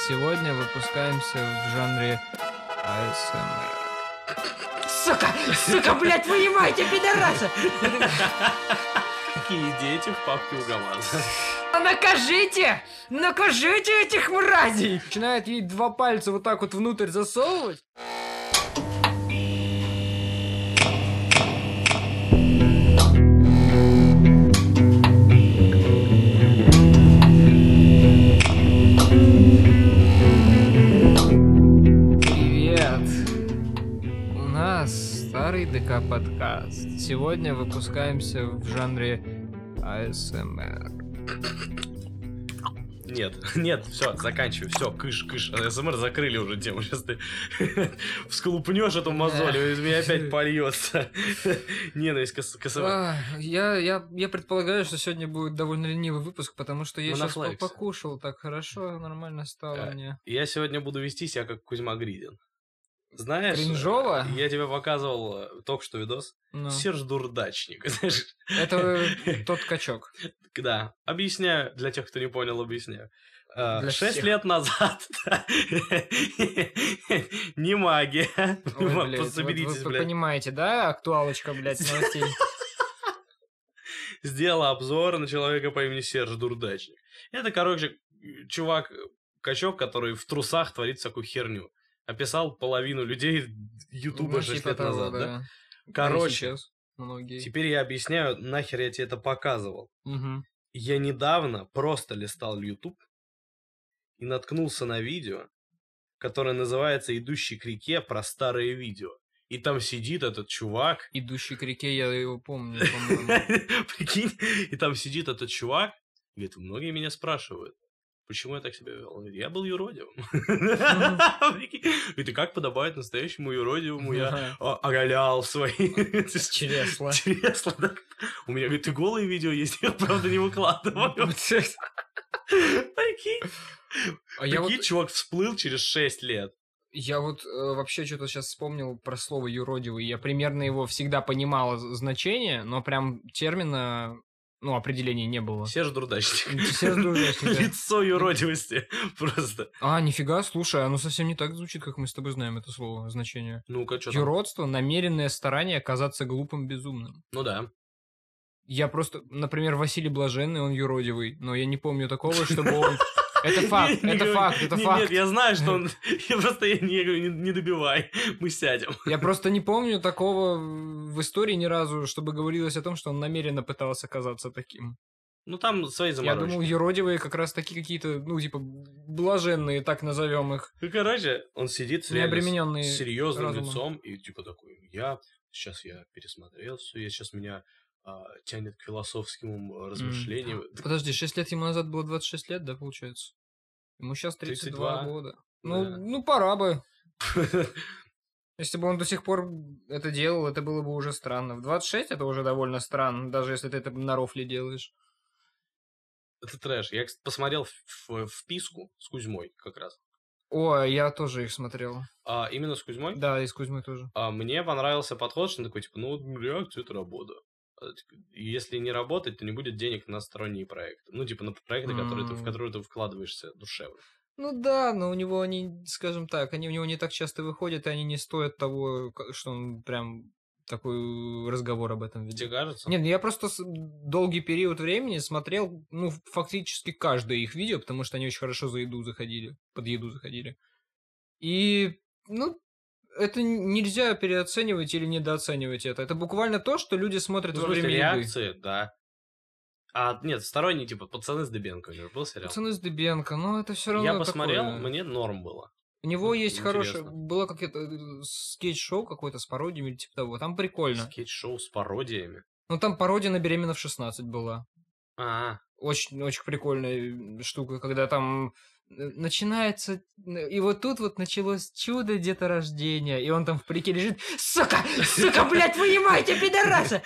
Сегодня выпускаемся в жанре АСМР. Сука, блядь, вынимайте, пидорасы! Какие дети в папке у ГАМАЗа. Накажите этих мразей! Начинает ей два пальца вот так вот внутрь засовывать. Привет! У нас старый ДК подкаст. Сегодня выпускаемся в жанре АСМР. Нет, все, заканчивай, все, кыш. АСМР закрыли уже тему, сейчас ты всколупнешь эту мозоль, и из меня опять польется ненависть к АСМР. Я предполагаю, что сегодня будет довольно ленивый выпуск, потому что я сейчас Монофлекс. покушал так хорошо, нормально стало мне. Я сегодня буду вести себя как Кузьма Гридин. Знаешь, Кринжово? я тебе показывал только что видос. Ну, Серж Дурдачник, знаешь. это тот качок. Да, объясняю, для тех, кто не понял, объясняю. Для 6 всех. лет назад не магия. Ой, блядь, Соберитесь, вы блядь. понимаете, да, актуалочка, блядь, новостей? Сделала обзор на человека по имени Серж Дурдачник. Это, короче, чувак-качок, который в трусах творит всякую херню. Описал половину людей Ютуба Ну, 6 типа лет того, назад, да? да. Короче, Сейчас многие. теперь я объясняю, нахер я тебе это показывал. Мгм. Я недавно просто листал YouTube и наткнулся на видео, которое называется «Идущий к реке про старые видео». И там сидит этот чувак. Идущий к реке, я его помню, по-моему. Прикинь, и там сидит этот чувак и говорит, многие меня спрашивают, почему я так себя вел. Он говорит, я был юродивым. Прикинь. Говорит, и как подобает настоящему юродивому, я оголял свои Чресла. чресла. Да. У меня, говорит, и голые видео есть, я, правда, не выкладываю. Прикинь. А я вот, Прикинь, чувак всплыл через 6 лет. вообще что-то сейчас вспомнил про слово юродивый. Я примерно его всегда понимал значение, но прям термина, определения не было. Серж Дурдачник. Серж Дурдачник, да. Лицо юродивости. Просто. А, нифига, слушай, оно совсем не так звучит, как мы с тобой знаем это слово, значение. Ну-ка, что там? Юродство — намеренное старание казаться глупым, безумным. Ну да. Я просто, например, Василий Блаженный, он юродивый, но я не помню такого, чтобы он... Это факт, Не это говори. факт, это Нет, факт. Нет, я знаю, что он... Я просто не добивай. Мы сядем. Я просто не помню такого в истории ни разу, чтобы говорилось о том, что он намеренно пытался казаться таким. Ну, там свои Я заморочки. думал, юродивые как раз таки какие-то, блаженные, так назовем их. Ну, короче, он сидит с реально Необремененные с серьезным разумом. лицом и типа такой, сейчас я пересмотрел все, сейчас меня тянет к философским размышлениям. Подожди, 6 лет ему назад было 26 лет, да, получается? Ему сейчас 32 года. Да. Ну, пора бы. Если бы он до сих пор это делал, это было бы уже странно. В 26 это уже довольно странно, даже если ты это на рофле делаешь. Это трэш. Я, кстати, посмотрел вписку с Кузьмой как раз. О, я тоже их смотрел. Именно с Кузьмой? Да, и с Кузьмой тоже. Мне понравился подход, что он такой, типа, реакция — это работа. И если не работать, то не будет денег на сторонние проекты. Ну, типа, на проекты, в которые ты вкладываешься душевно. Ну да, но у него они, скажем так, они у него не так часто выходят, и они не стоят того, что он прям такой разговор об этом ведет. Тебе кажется? Нет, я просто долгий период времени смотрел, фактически каждое их видео, потому что они очень хорошо под еду заходили. И, это нельзя переоценивать или недооценивать это. Это буквально то, что люди смотрят во время еды. реакции, да. Нет, сторонний, типа, «Пацаны с Дыбенко» у него был сериал. «Пацаны с Дыбенко», но это все равно Я посмотрел, такое. мне норм было. У него есть интересно. хорошее... Было какое-то скетч-шоу какое-то с пародиями или типа того. Там прикольно. Скетч-шоу с пародиями. Ну, там пародия на «Беременна в 16» была. А, Очень, очень прикольная штука, когда там начинается... И вот тут вот началось чудо деторождения. И он там в парике лежит. Сука, блядь, вынимайте, пидорасы!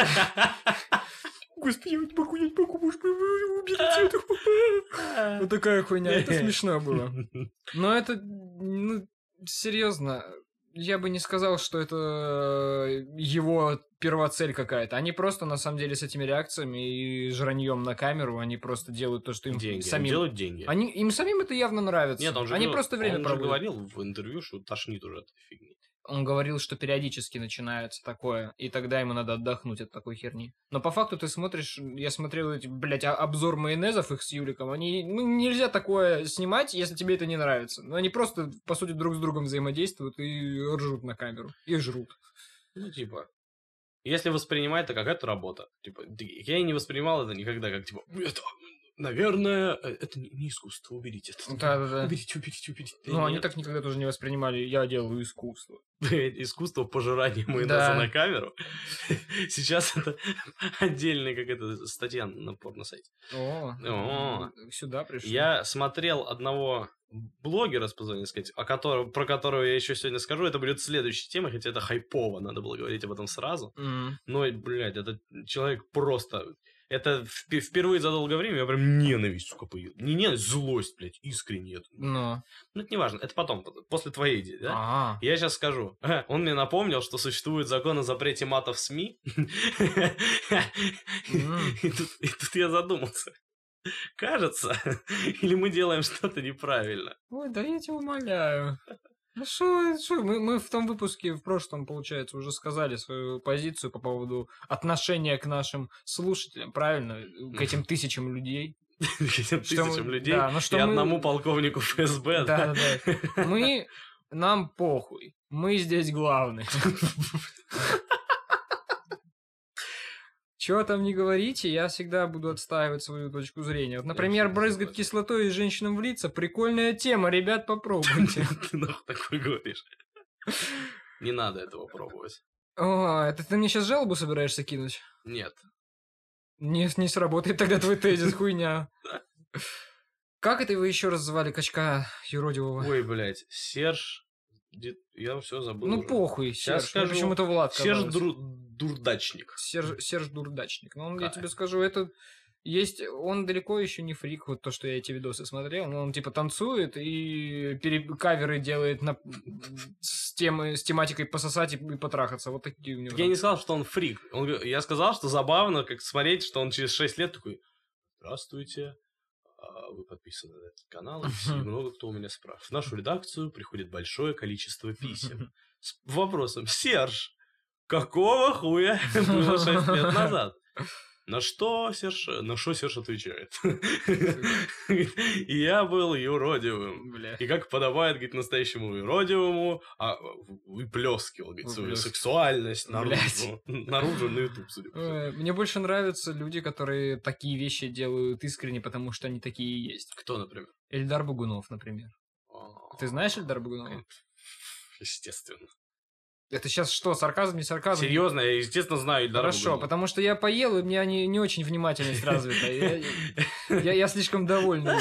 Господи, я не могу, может, уберите это. Вот такая хуйня, это смешно было. Но это, серьезно, Я бы не сказал, что это его первоцель какая-то. Они просто, на самом деле, с этими реакциями и жраньем на камеру, они просто делают то, что им Деньги. самим... Делают деньги. Им самим это явно нравится. Нет, он же они говорил, просто время он же проводят. говорил в интервью, что тошнит уже от этой фигни. Он говорил, что периодически начинается такое, и тогда ему надо отдохнуть от такой херни. Но по факту ты смотришь, я смотрел эти, блядь, обзор майонезов их с Юликом, они, нельзя такое снимать, если тебе это не нравится. Но они просто, по сути, друг с другом взаимодействуют и ржут на камеру. И жрут. Ну, типа, если воспринимать, то какая-то работа. Типа, я и не воспринимал это никогда, как, типа, это, наверное, это не искусство, уберите это. Да-да-да. Уберите. Ну, они так никогда тоже не воспринимали, я делаю искусство. Искусство пожирания майонеза на камеру. Сейчас это отдельная какая-то статья на порно-сайте. Сюда пришел. Я смотрел одного блогера, позволю сказать, про которого я еще сегодня скажу. Это будет следующая тема, хотя это хайпово, надо было говорить об этом сразу. Но, блядь, этот человек просто... Это впервые за долгое время я прям ненависть, сука, появилась. Не ненависть, злость, блядь, искренне. Ну, это не важно, это потом, после твоей идеи, да? Я сейчас скажу. Он мне напомнил, что существует закон о запрете мата в СМИ. И тут я задумался. Кажется, или мы делаем что-то неправильно? Ой, да я тебя умоляю. Ну что, мы в том выпуске, в прошлом, получается, уже сказали свою позицию по поводу отношения к нашим слушателям, правильно? К этим тысячам людей. К этим тысячам людей и одному полковнику ФСБ. Да. Нам похуй. Мы здесь главные. Чего там не говорите, я всегда буду отстаивать свою точку зрения. Вот, например, брызгать кислотой и женщинам в лица — прикольная тема, ребят, попробуйте. Ты нахуй такой говоришь? Не надо этого пробовать. О, это ты мне сейчас жалобу собираешься кинуть? Нет. Не сработает тогда твой тезис, хуйня. Как это вы еще раз звали качка юродивого? Ой, блядь, Серж... Я все забыл. Ну, уже. похуй, Сейчас Серж. скажу. Почему-то Влад Серж Дурдачник. Серж Дурдачник. Ну, я тебе скажу, это есть... Он далеко еще не фрик, вот то, что я эти видосы смотрел. Но он, типа, танцует и каверы делает с тематикой пососать и потрахаться. Вот такие у него. Я не сказал, что он фрик. Я сказал, что забавно, как смотреть, что он через 6 лет такой: здравствуйте. Вы подписаны на этот канал, и много кто у меня спрашивает. В нашу редакцию приходит большое количество писем с вопросом: Серж, какого хуя было 6 лет назад? На что Серж отвечает? Я был юродивым. И как подобает, говорит, настоящему юродивому, выплескивал, говорит, свою сексуальность наружу на YouTube, судя по всему. Мне больше нравятся люди, которые такие вещи делают искренне, потому что они такие и есть. Кто, например? Эльдар Багунов, например. Ты знаешь Эльдара Багунова? Естественно. Это сейчас что, сарказм, не сарказм? Серьезно, я, естественно, знаю Эльдара Хорошо, Багунова. потому что я поел, и у меня не очень внимательность развита. Я слишком довольный.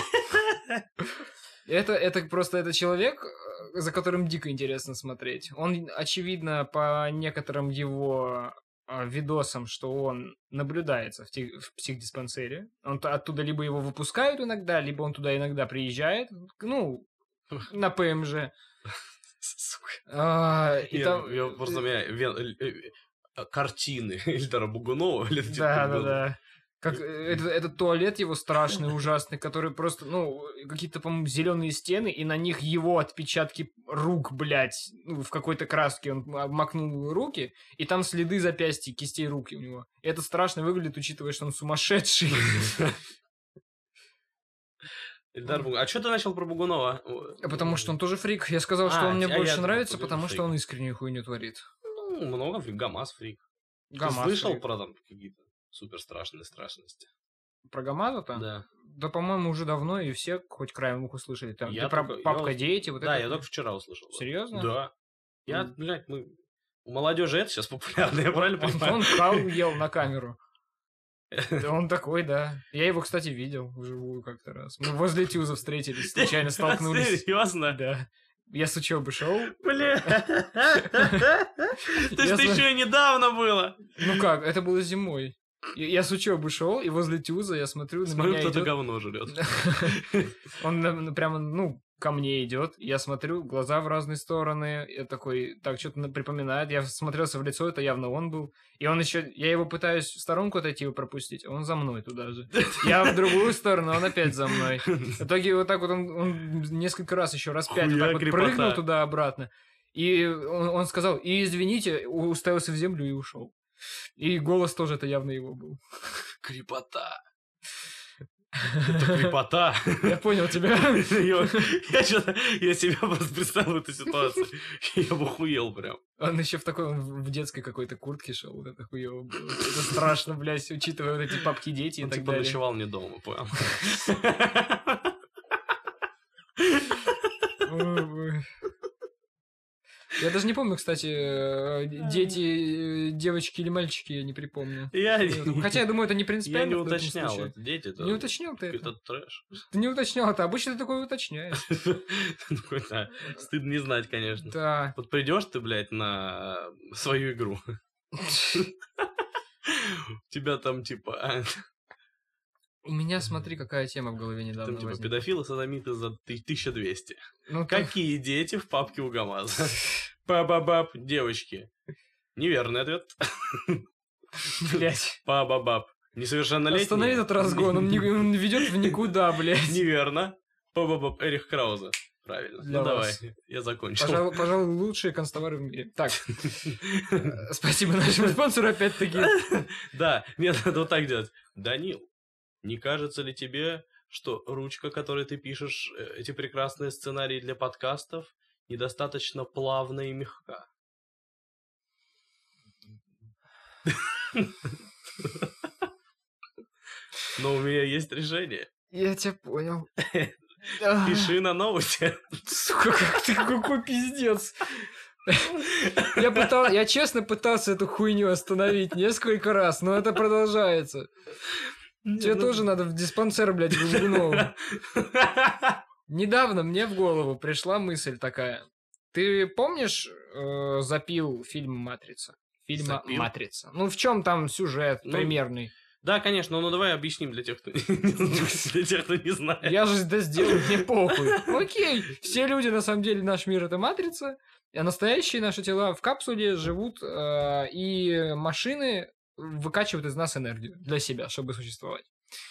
Это просто это человек, за которым дико интересно смотреть. Он, очевидно, по некоторым его видосам, что он наблюдается в психдиспансере. Он оттуда либо его выпускают иногда, либо он туда иногда приезжает. Ну, на ПМЖ. Сука. Я просто картины Эльдара Багунова. Да. Как этот туалет его страшный, ужасный, который просто, какие-то, по-моему, зеленые стены, и на них его отпечатки рук, блядь, в какой-то краске он обмакнул руки, и там следы запястья, кистей рук у него. И это страшно выглядит, учитывая, что он сумасшедший. Эльдар Багунов. А что ты начал про Багунова? Потому что он тоже фрик. Я сказал, что он мне больше нравится, потому что он искреннюю хуйню творит. Ну, много фрик. ГАМАЗ фрик. Ты слышал про там какие-то супер страшные страшности? Про ГАМАЗа-то? Да. Да, по-моему, уже давно, и все хоть краем уха услышали. Там, про папка дети, вот это. Да, я только вчера услышал. Серьезно? Да. Блядь, у молодежи это сейчас популярно, я правильно понимаю? Он кал ел на камеру. Он такой, да. Я его, кстати, видел вживую как-то раз. Мы возле Тюза встретились, случайно столкнулись. Серьезно? Да. Я с учебы шел. Бля. То есть это еще и недавно было. Ну как, это было зимой. Я с учебы шел, и возле Тюза я смотрю, на меня кто-то говно жрет. Он прямо, ко мне идет, я смотрю, глаза в разные стороны, я такой, так, что-то припоминает, я смотрелся в лицо, это явно он был, и он еще, я его пытаюсь в сторонку отойти и пропустить, он за мной туда же. Я в другую сторону, он опять за мной. В итоге вот так вот он несколько раз, еще раз 5 вот так вот прыгнул туда-обратно, и он сказал, и извините, уставился в землю и ушел. И голос тоже это явно его был. Крепота. Это крепота. Я понял тебя. Я себя просто представил в эту ситуацию. Я бы охуел прям. Он еще в такой, в детской какой-то куртке шел. Вот это хуёво было. Это страшно, блядь, учитывая вот эти папки-дети и так далее. Он типа ночевал не дома, понял? Я даже не помню, кстати, дети, девочки или мальчики, я не припомню. Хотя, я думаю, это не принципиально. Я не уточнял, вот дети. Не уточнял ты это? Это трэш. Ты не уточнял это, обычно ты такое уточняешь. Стыдно не знать, конечно. Да. Вот придешь ты, блядь, на свою игру. Тебя там, типа... У меня, смотри, какая тема в голове недавно Там, типа, возникла. педофилы, садомиты за 1200. Ну, Какие дети в папке у ГАМАЗа? Па-ба-баб, девочки. Неверный ответ. Блять. Па-ба-баб. Несовершеннолетний. Останови этот разгон, он ведет в никуда, блядь. Неверно. Па-ба-баб, Эрих Крауза. Правильно. Для ну вас. Давай, я закончил. Пожалуй, лучшие констовары в мире. Так. Спасибо нашему спонсору опять-таки. Да, нет, надо вот так делать. Данил, не кажется ли тебе, что ручка, которой ты пишешь эти прекрасные сценарии для подкастов, недостаточно плавна и мягка? Но у меня есть решение. Я тебя понял. Пиши на ноуте. Сука, какой пиздец. Я честно пытался эту хуйню остановить несколько раз, но это продолжается. Тебе тоже надо в диспансер, блядь, в Гугунову. Недавно мне в голову пришла мысль такая. Ты помнишь, запил фильм «Матрица»? Фильма «Матрица». Ну, в чем там сюжет примерный? Да, конечно, но давай объясним для тех, кто не знает. Я же это сделаю, мне похуй. Окей, все люди, на самом деле, наш мир — это матрица, а настоящие наши тела в капсуле живут, и машины выкачивают из нас энергию для себя, чтобы существовать.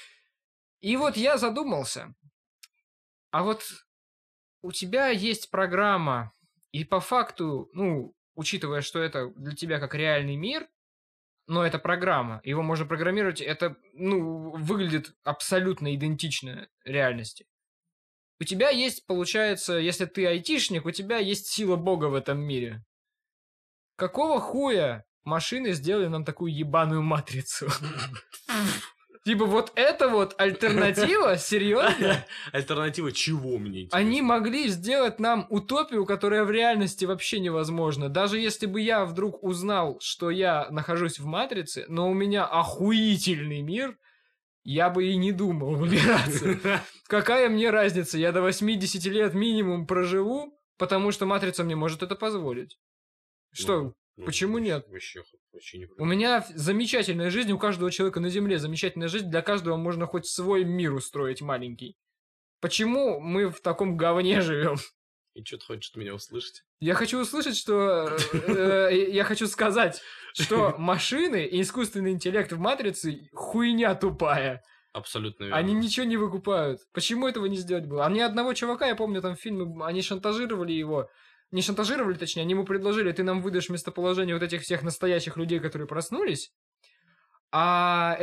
И вот я задумался, а вот у тебя есть программа, и по факту, ну, учитывая, что это для тебя как реальный мир, но это программа, его можно программировать, это, ну, выглядит абсолютно идентично реальности. У тебя есть, получается, если ты айтишник, у тебя есть сила бога в этом мире. Какого хуя машины сделали нам такую ебаную матрицу? Типа вот это вот альтернатива? Серьезно? Альтернатива чего мне интересно? Они могли сделать нам утопию, которая в реальности вообще невозможна. Даже если бы я вдруг узнал, что я нахожусь в матрице, но у меня охуительный мир, я бы и не думал выбираться. Какая мне разница? Я до 80 лет минимум проживу, потому что матрица мне может это позволить. Что? Почему нет? Вообще не У меня замечательная жизнь, у каждого человека на Земле замечательная жизнь, для каждого можно хоть свой мир устроить маленький. Почему мы в таком говне живем? И что ты хочешь от меня услышать? Я хочу услышать, что... Я хочу сказать, что машины и искусственный интеллект в матрице хуйня тупая. Абсолютно верно. Они ничего не выкупают. Почему этого не сделать было? А мне одного чувака, я помню там в фильме, они шантажировали его. Не шантажировали, точнее, они ему предложили, ты нам выдашь местоположение вот этих всех настоящих людей, которые проснулись, а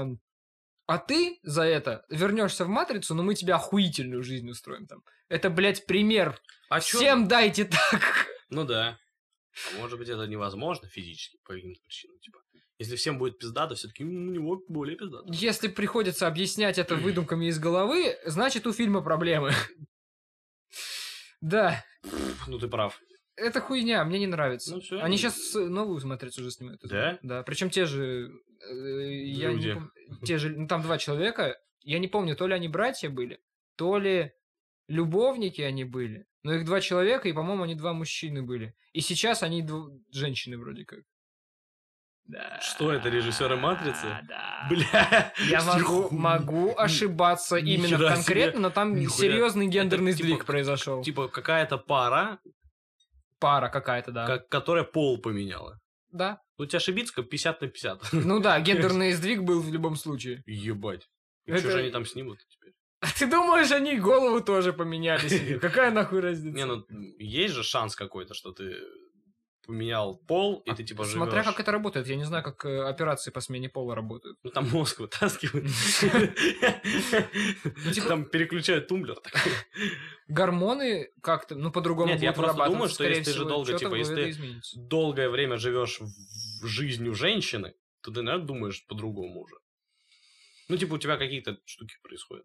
ты за это вернешься в матрицу, но мы тебе охуительную жизнь устроим там. Это, блядь, пример. Всем дайте так. Ну да. А может быть, это невозможно физически по каким-то причинам. Типа, если всем будет пиздато, все-таки у него более пиздато. Если приходится объяснять это выдумками из головы, значит, у фильма проблемы. Да. Ну, ты прав. Это хуйня, мне не нравится. Ну, всё. Они сейчас новую матрицу уже снимают. Да? Да. Причем те же... я не Люди. помню, те же... Ну, там 2 человека. Я не помню, то ли они братья были, то ли любовники они были. Но их 2 человека, и, по-моему, они 2 мужчины были. И сейчас они женщины вроде как. Да. Что это, режиссеры «Матрицы»? Да. Бля. Я могу ошибаться именно Нихера конкретно, себе. но там Нихуя. серьезный гендерный Это, сдвиг произошел. Типа какая-то пара, Пара какая-то, да. которая пол поменяла. Да. У тебя ошибиться 50 на 50. Ну да, гендерный сдвиг был в любом случае. Ебать. И Это- что же они там снимут теперь? А ты думаешь, они голову тоже поменяли себе? Какая нахуй разница? Не, ну есть же шанс какой-то, что ты поменял пол, и ты типа живешь. Смотря как это работает. Я не знаю, как операции по смене пола работают. Ну там мозг вытаскивают. типа- Там переключают тумблер. такой. Гормоны как-то, по-другому Нет, я будут просто думаю, вырабатываться, что скорее если ты же всего, долго, что-то типа, в если голове ты изменится. долгое время живешь в жизнью женщины, то ты, наверное, думаешь по-другому уже. Ну, типа, у тебя какие-то штуки происходят.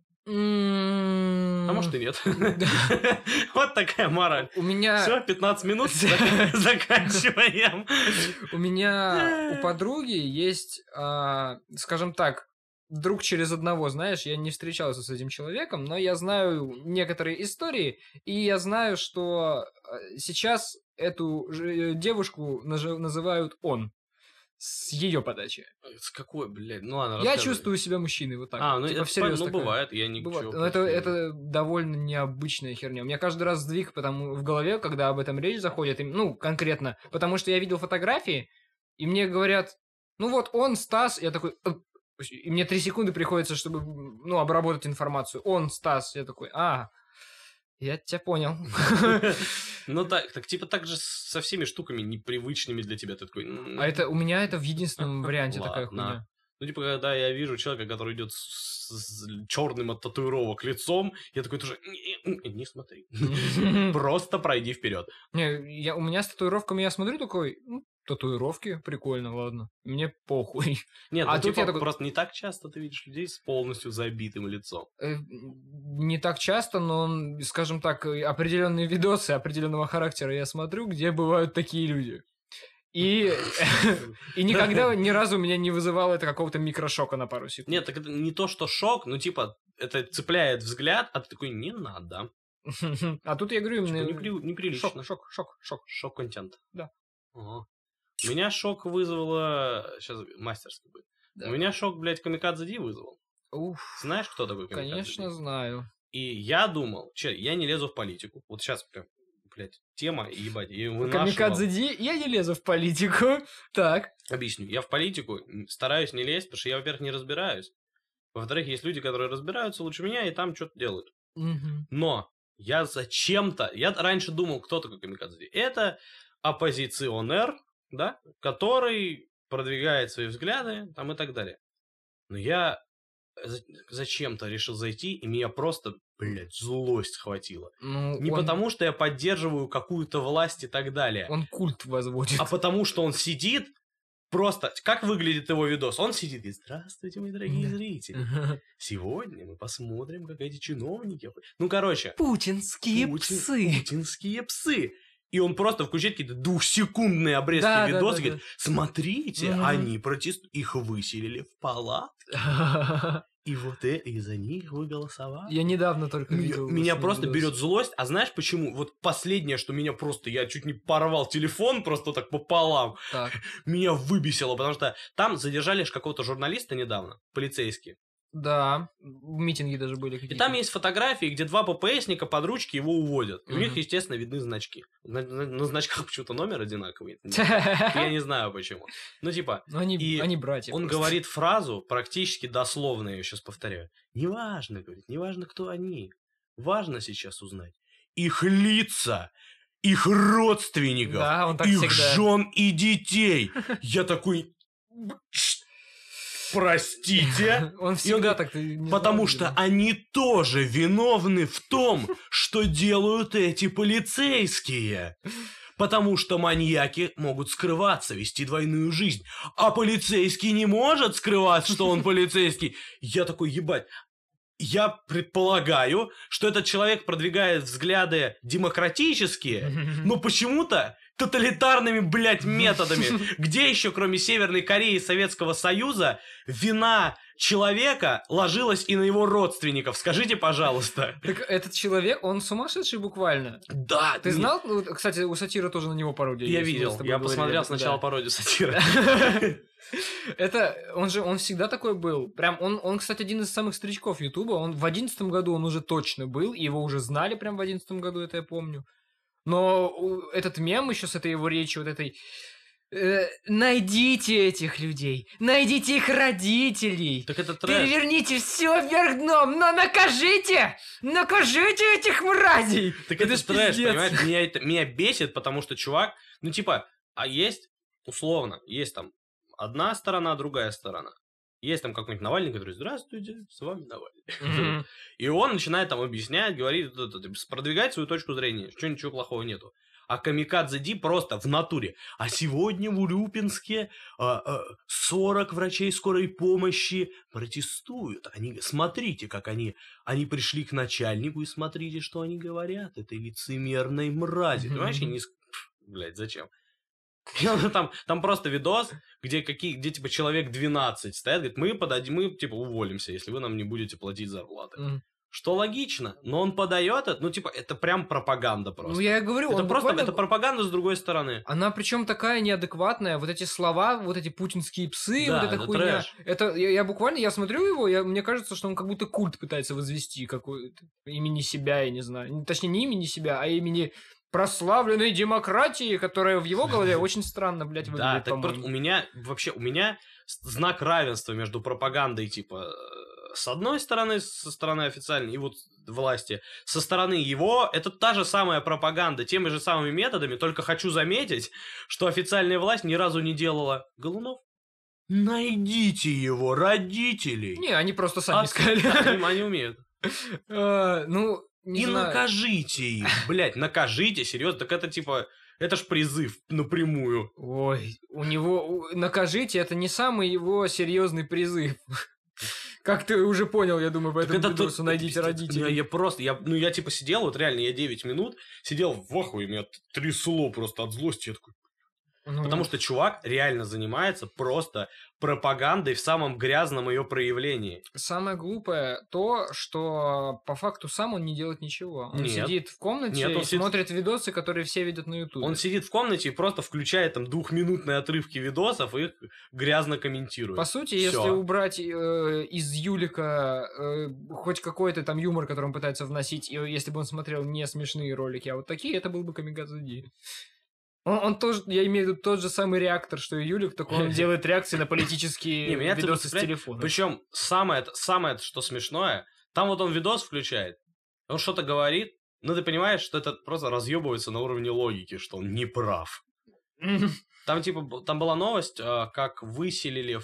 А может и нет. Вот такая мораль. У меня... Все, 15 минут, заканчиваем. У меня у подруги есть, скажем так, друг через одного, знаешь, я не встречался с этим человеком, но я знаю некоторые истории, и я знаю, что сейчас эту девушку называют он. С ее подачи. С какой, блядь? Ну ладно, Я рассказывай. чувствую себя мужчиной вот так. Ну типа, это всерьез ну, такое. бывает, я ничего. Бывает. Но это довольно необычная херня. У меня каждый раз сдвиг в голове, когда об этом речь заходит, конкретно, потому что я видел фотографии, и мне говорят, ну вот он, Стас, я такой... И мне 3 секунды приходится, чтобы, обработать информацию. Он, Стас, я такой, я тебя понял. Ну так типа так же со всеми штуками непривычными для тебя. Ты такой... А это у меня это в единственном варианте такая Ладно. хуйня. Ну, типа, когда я вижу человека, который идет с черным от татуировок лицом, я такой тоже, не смотри. Просто пройди вперед. Не, у меня с татуировками я смотрю такой, татуировки, прикольно, ладно. Мне похуй. Нет, А ну, тут типа, я такой- просто не так часто ты видишь людей с полностью забитым лицом. Не так часто, но, скажем так, определенные видосы определенного характера я смотрю, где бывают такие люди. И никогда ни разу у меня не вызывало это какого-то микрошока на пару секунд. Нет, так это не то, что шок, ну, типа, это цепляет взгляд, а ты такой, не надо. А тут я говорю Типа, именно... неприлично. Шок. Шок-контент. Да. Ага. У меня шок вызвало... Сейчас мастерский будет. Да. У меня шок, блядь, Камикадзе Ди вызвал. Уф, Знаешь, кто такой Камикадзе конечно, Ди? знаю. И я думал, я не лезу в политику. Вот сейчас прям, блядь, тема, ебать, я её вынашивал. Камикадзе Ди, я не лезу в политику. Так. Объясню. Я в политику стараюсь не лезть, потому что я, во-первых, не разбираюсь. Во-вторых, есть люди, которые разбираются лучше меня и там что-то делают. Мгм. Но я зачем-то... Я раньше думал, кто такой Камикадзе Ди. Это оппозиционер, да, который продвигает свои взгляды там и так далее. Но я зачем-то решил зайти, и меня просто, блядь, злость схватила. Ну, Не он- потому, что я поддерживаю какую-то власть и так далее, Он культ возводит. а потому, что он сидит просто... Как выглядит его видос? Он сидит и говорит: здравствуйте, мои дорогие Да. зрители. Сегодня мы посмотрим, как эти чиновники... Ну, короче, Путинские путинские псы. И он просто включает какие-то 2-секундные обрезки Да, да, видоса да, и говорит: смотрите, Мгм. они протестуют, их выселили в палатке, и вот из-за них вы голосовали. Я недавно только видел. Меня с ним просто видос. берет злость. А знаешь почему? Вот последнее, что меня просто... Я чуть не порвал телефон просто так пополам. Так. Меня выбесило, потому что там задержали ж какого-то журналиста недавно, полицейские. Да, митинги даже были И какие-то. там есть фотографии, где 2 ППСника под ручки его уводят. И у них, Мгм. естественно, видны значки. На значках почему-то номер одинаковый. Я не знаю почему. Ну, типа, Ну, они и братья. он просто. говорит фразу, практически дословно, я ее сейчас повторяю. Неважно, говорит, неважно, кто они. Важно сейчас узнать их лица, их родственников, Да, он так их всегда. жен и детей. Я такой... Простите. Он И всегда он говорит, так. ты не потому знал, что видимо. они тоже виновны в том, что делают эти полицейские. Потому что маньяки могут скрываться, вести двойную жизнь. А полицейский не может скрывать, что он полицейский. Я такой, ебать. Я предполагаю, что этот человек продвигает взгляды демократические, но почему-то тоталитарными, блядь, методами. Где еще, кроме Северной Кореи и Советского Союза, вина человека ложилось и на его родственников? Скажите, пожалуйста. Так этот человек, он сумасшедший буквально. Да. Ты знал? Ну, кстати, у сатира тоже на него пародия Я есть. Мы с видел. тобой Я говорили посмотрел об этом, сначала да. пародию сатира. Это, он всегда такой был. Прям, он, кстати, один из самых старичков Ютуба. Он в 11 году он уже точно был, и его уже знали прям в 11 году, это я помню. Но этот мем еще с этой его речью, вот этой... найдите этих людей, найдите их родителей, Так это трэш. переверните все вверх дном, но накажите этих мразей. Так Это это ж трэш, пиздец. понимаешь? Меня бесит, потому что чувак, ну типа, а есть, условно, есть там одна сторона, другая сторона. Есть там какой-нибудь Навальный, который здравствуйте, с вами Навальный. Мгм. И он начинает там объяснять, говорит, продвигать свою точку зрения, что ничего плохого нету. А Камикадзе Ди просто в натуре. А сегодня в Урюпинске 40 врачей скорой помощи протестуют. Смотрите, как они пришли к начальнику, и смотрите, что они говорят этой лицемерной мрази. Ты понимаешь, блядь, зачем? Там просто видос, где типа человек 12 стоят, говорит, мы типа уволимся, если вы нам не будете платить зарплаты. Мгм. Что логично, но он подает это, ну типа это прям пропаганда просто. Ну, я и говорю, Это он просто буквально... это пропаганда с другой стороны. Она причем такая неадекватная, вот эти слова, вот эти путинские псы, Да, вот эта это хуйня. трэш. Это я буквально, я смотрю его, мне кажется, что он как будто культ пытается возвести какой-то имени себя, я не знаю. Точнее, не имени себя, а имени прославленной демократии, которая в его голове очень странно, блядь, Да, выглядит, так просто по-моему. у меня знак равенства между пропагандой, типа, с одной стороны, со стороны официальной, и вот власти, со стороны его, это та же самая пропаганда, теми же самыми методами, только хочу заметить, что официальная власть ни разу не делала Голунов. Найдите его родителей. Не, они просто сами Да, сказали. они умеют. Ну, не И знаю. накажите их, блядь, накажите, серьезно, так это типа, это ж призыв напрямую. Ой, у него накажите, это не самый его серьезный призыв. Как ты уже понял, я думаю, по Так этому это видосу тут- найдите пиздец. родителей. Я типа сидел, вот реально, я 9 минут сидел в ахуе, меня трясло просто от злости, я такой. Ну, Потому что чувак реально занимается просто пропагандой в самом грязном ее проявлении. самое глупое то, что по факту сам он не делает ничего. Он Нет. сидит в комнате Нет, он и сидит- смотрит видосы, которые все видят на Ютубе. Он сидит в комнате и просто включает там 2-минутные отрывки видосов и их грязно комментирует. По сути, Всё. если убрать из Юлика хоть какой-то там юмор, который он пытается вносить, и если бы он смотрел не смешные ролики, а вот такие, это был бы Камикадзе Ди. Он тоже, я имею в виду тот же самый реактор, что и Юлик, только он делает реакции на политические Не, меня это видосы с цепляет. телефона. Причем самое, что смешное, там вот он видос включает, он что-то говорит, но ты понимаешь, что это просто разъебывается на уровне логики, что он не прав. Там типа там была новость, как выселили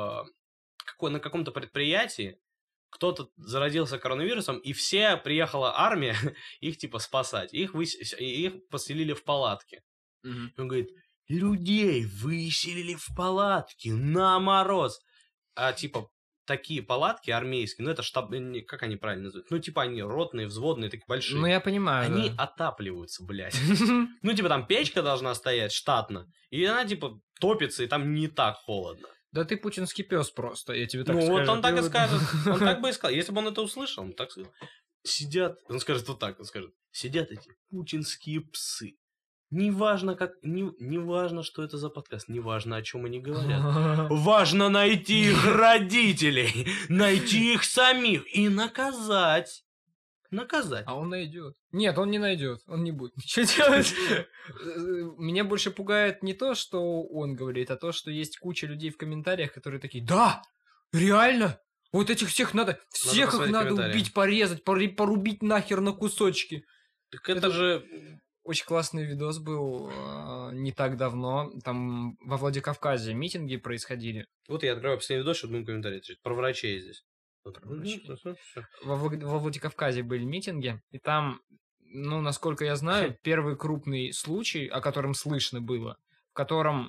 на каком-то предприятии, кто-то заразился коронавирусом, и приехала армия их типа спасать. Их поселили в палатке. Мгм. И он говорит, людей выселили в палатки на мороз. А типа такие палатки армейские, ну это штаб, как они правильно называют? Ну типа они ротные, взводные, такие большие. Ну, я понимаю, Они да. отапливаются, блядь. Ну типа там печка должна стоять штатно, и она типа топится, и там не так холодно. Да ты путинский пес просто, я тебе так Ну скажу. вот он так Ты и вот- скажет. Он так бы и сказал. Если бы он это услышал, он так сказал. Сидят, он скажет вот так, он скажет, сидят эти путинские псы. Неважно, неважно, что это за подкаст, неважно, о чем они говорят. Важно найти их родителей, найти их самих и наказать. Наказать. А он найдет. Нет, он не найдет. Он не будет ничего делать. Меня больше пугает не то, что он говорит, а то, что есть куча людей в комментариях, которые такие: да, реально, вот этих всех надо, всех их посмотреть надо комментарии. убить, порезать, порубить нахер на кусочки. Так это же... Очень классный видос был не так давно. Там во Владикавказе митинги происходили. Вот я открываю последний видос, чтобы будем комментарий отвечать. Про врачей здесь. Вот про врачей. Всё. Во Владикавказе были митинги, и там, ну, насколько я знаю, первый крупный случай, о котором слышно было, в котором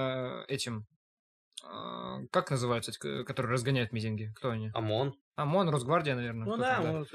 как называются эти, которые разгоняют митинги? Кто они? ОМОН. ОМОН, Росгвардия, наверное. Ну кто да, там, вот.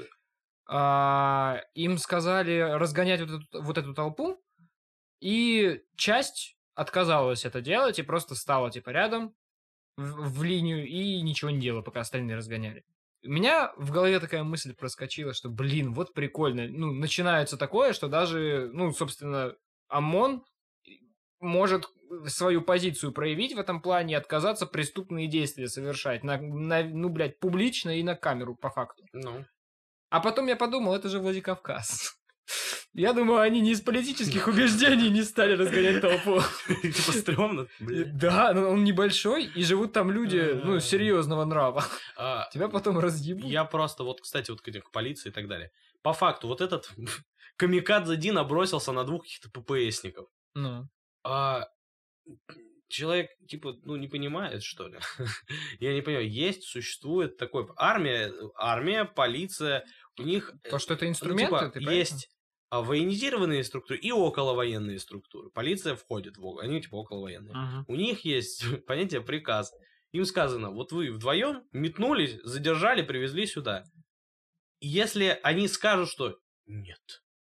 Им сказали разгонять вот эту толпу, и часть отказалась это делать и просто стала типа рядом, в линию и ничего не делал, пока остальные разгоняли. У меня в голове такая мысль проскочила, что, блин, вот прикольно. Ну, начинается такое, что даже, ну, собственно, ОМОН может свою позицию проявить в этом плане и отказаться преступные действия совершать. Ну, блядь, публично и на камеру, по факту. Ну. А потом я подумал, это же Владикавказ. Я думаю, они не из политических убеждений не стали разгонять толпу. Типа стрёмно. Да, но он небольшой, и живут там люди, ну, серьезного нрава. Тебя потом разъебут. Я просто, вот, кстати, вот к полиции и так далее. По факту, вот этот Камикадзе Ди набросился на 2 каких-то ППСников. Ну. Человек, типа, ну, не понимает, что ли? Я не понимаю. Существует такой... Армия, полиция, у них... То, что это инструменты, ну, типа, есть военизированные структуры и околовоенные структуры. Полиция входит они, типа, околовоенные. У них есть понятие приказ. Им сказано, вот вы вдвоем метнулись, задержали, привезли сюда. Если они скажут, что нет,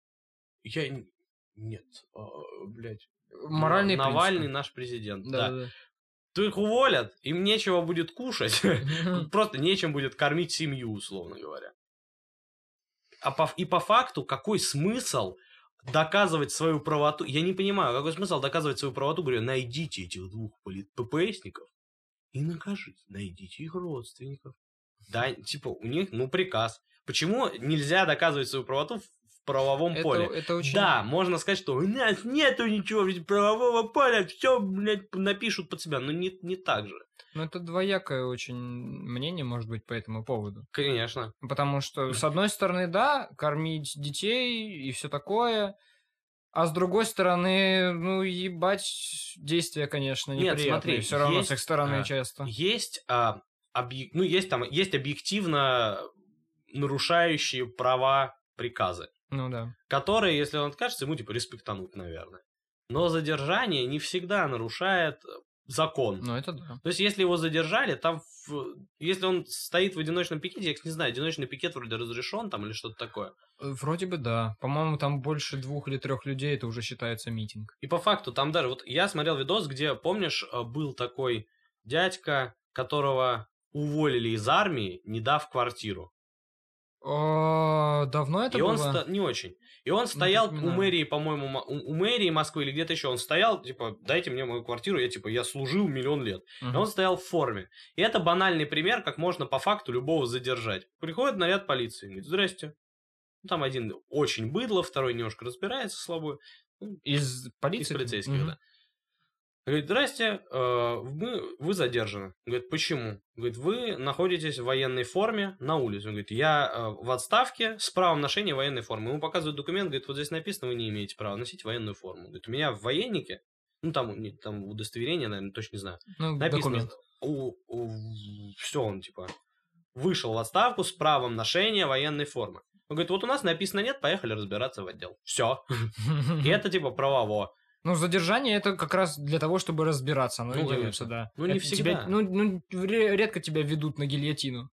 нет, блядь, моральный Навальный принцип. наш президент, да. То их уволят, им нечего будет кушать, просто нечем будет кормить семью, условно говоря. И по факту, какой смысл доказывать свою правоту? Я не понимаю, какой смысл доказывать свою правоту? Говорю, найдите этих 2 ППСников и накажите. Найдите их родственников. Да, типа, у них, ну, приказ. Почему нельзя доказывать свою правоту в правовом поле? Это очень... Да, можно сказать, что у нас нету ничего правового поля, все, блядь, напишут под себя. Но не так же. Ну, это двоякое очень мнение, может быть, по этому поводу. Конечно. Потому что, с одной стороны, да, кормить детей и все такое, а с другой стороны, ну, ебать, действия, конечно, неприятные. Нет, смотри, все равно с их стороны часто. Есть объективно нарушающие права приказы. Ну, да. Которые, если он откажется, ему, типа, респектануть, наверное. Но задержание не всегда нарушает закон. Ну, это да. То есть, если его задержали, там, если он стоит в одиночном пикете, я не знаю, одиночный пикет вроде разрешен там или что-то такое. Вроде бы да. По-моему, там больше 2 или 3 людей, это уже считается митинг. И по факту, там даже, вот я смотрел видос, где, помнишь, был такой дядька, которого уволили из армии, не дав квартиру. Давно это было? Не очень. И он стоял у мэрии, по-моему, у мэрии Москвы или где-то еще. Он стоял, типа, дайте мне мою квартиру, я служил 1 000 000 лет. И он стоял в форме. И это банальный пример, как можно по факту любого задержать. Приходит наряд полиции, говорит, здрасте. Там один очень быдло, второй немножко разбирается слабо. Из полиции? Из полицейских, да. Говорит, здрасте, вы задержаны. Говорит, почему? Говорит, вы находитесь в военной форме на улице. Он говорит, я в отставке с правом ношения военной формы. Ему показывают документ, говорит, вот здесь написано, вы не имеете права носить военную форму. Говорит, у меня в военнике, ну там удостоверение, наверное, точно не знаю. Ну, написано, все, он типа вышел в отставку с правом ношения военной формы. Он говорит, вот у нас написано нет, поехали разбираться в отдел. Все. И это типа правово. Ну, задержание это как раз для того, чтобы разбираться. Ну, делается, да. Ну, не всегда. Редко тебя ведут на гильотину.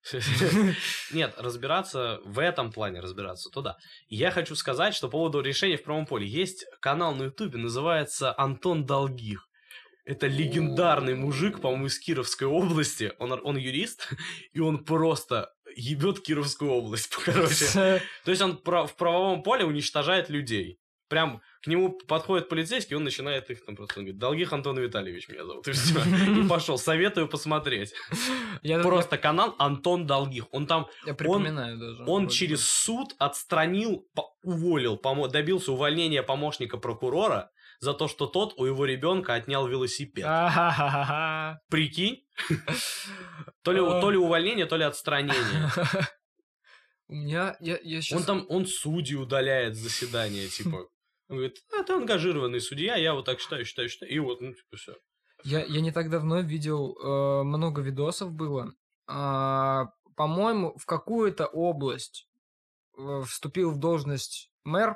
Нет, разбираться в этом плане, то да. Я хочу сказать, что по поводу решения в правом поле. Есть канал на Ютубе, называется Антон Долгих. Это легендарный мужик, по-моему, из Кировской области. Он юрист, и он просто ебет Кировскую область, короче. То есть он в правовом поле уничтожает людей. Прям к нему подходит полицейский, он начинает их там просто, он говорит, Долгих Антон Витальевич меня зовут, и все. И пошел, советую посмотреть. Просто канал Антон Долгих. Он там, я припоминаю даже. Он через суд отстранил, уволил, добился увольнения помощника прокурора за то, что тот у его ребенка отнял велосипед. Прикинь? То ли увольнение, то ли отстранение. У меня, я сейчас... Он судьи удаляет с заседания, типа. Он говорит, ты ангажированный судья, я вот так считаю. И вот, ну, типа, все. Я не так давно видел, много видосов было. По-моему, в какую-то область вступил в должность мэр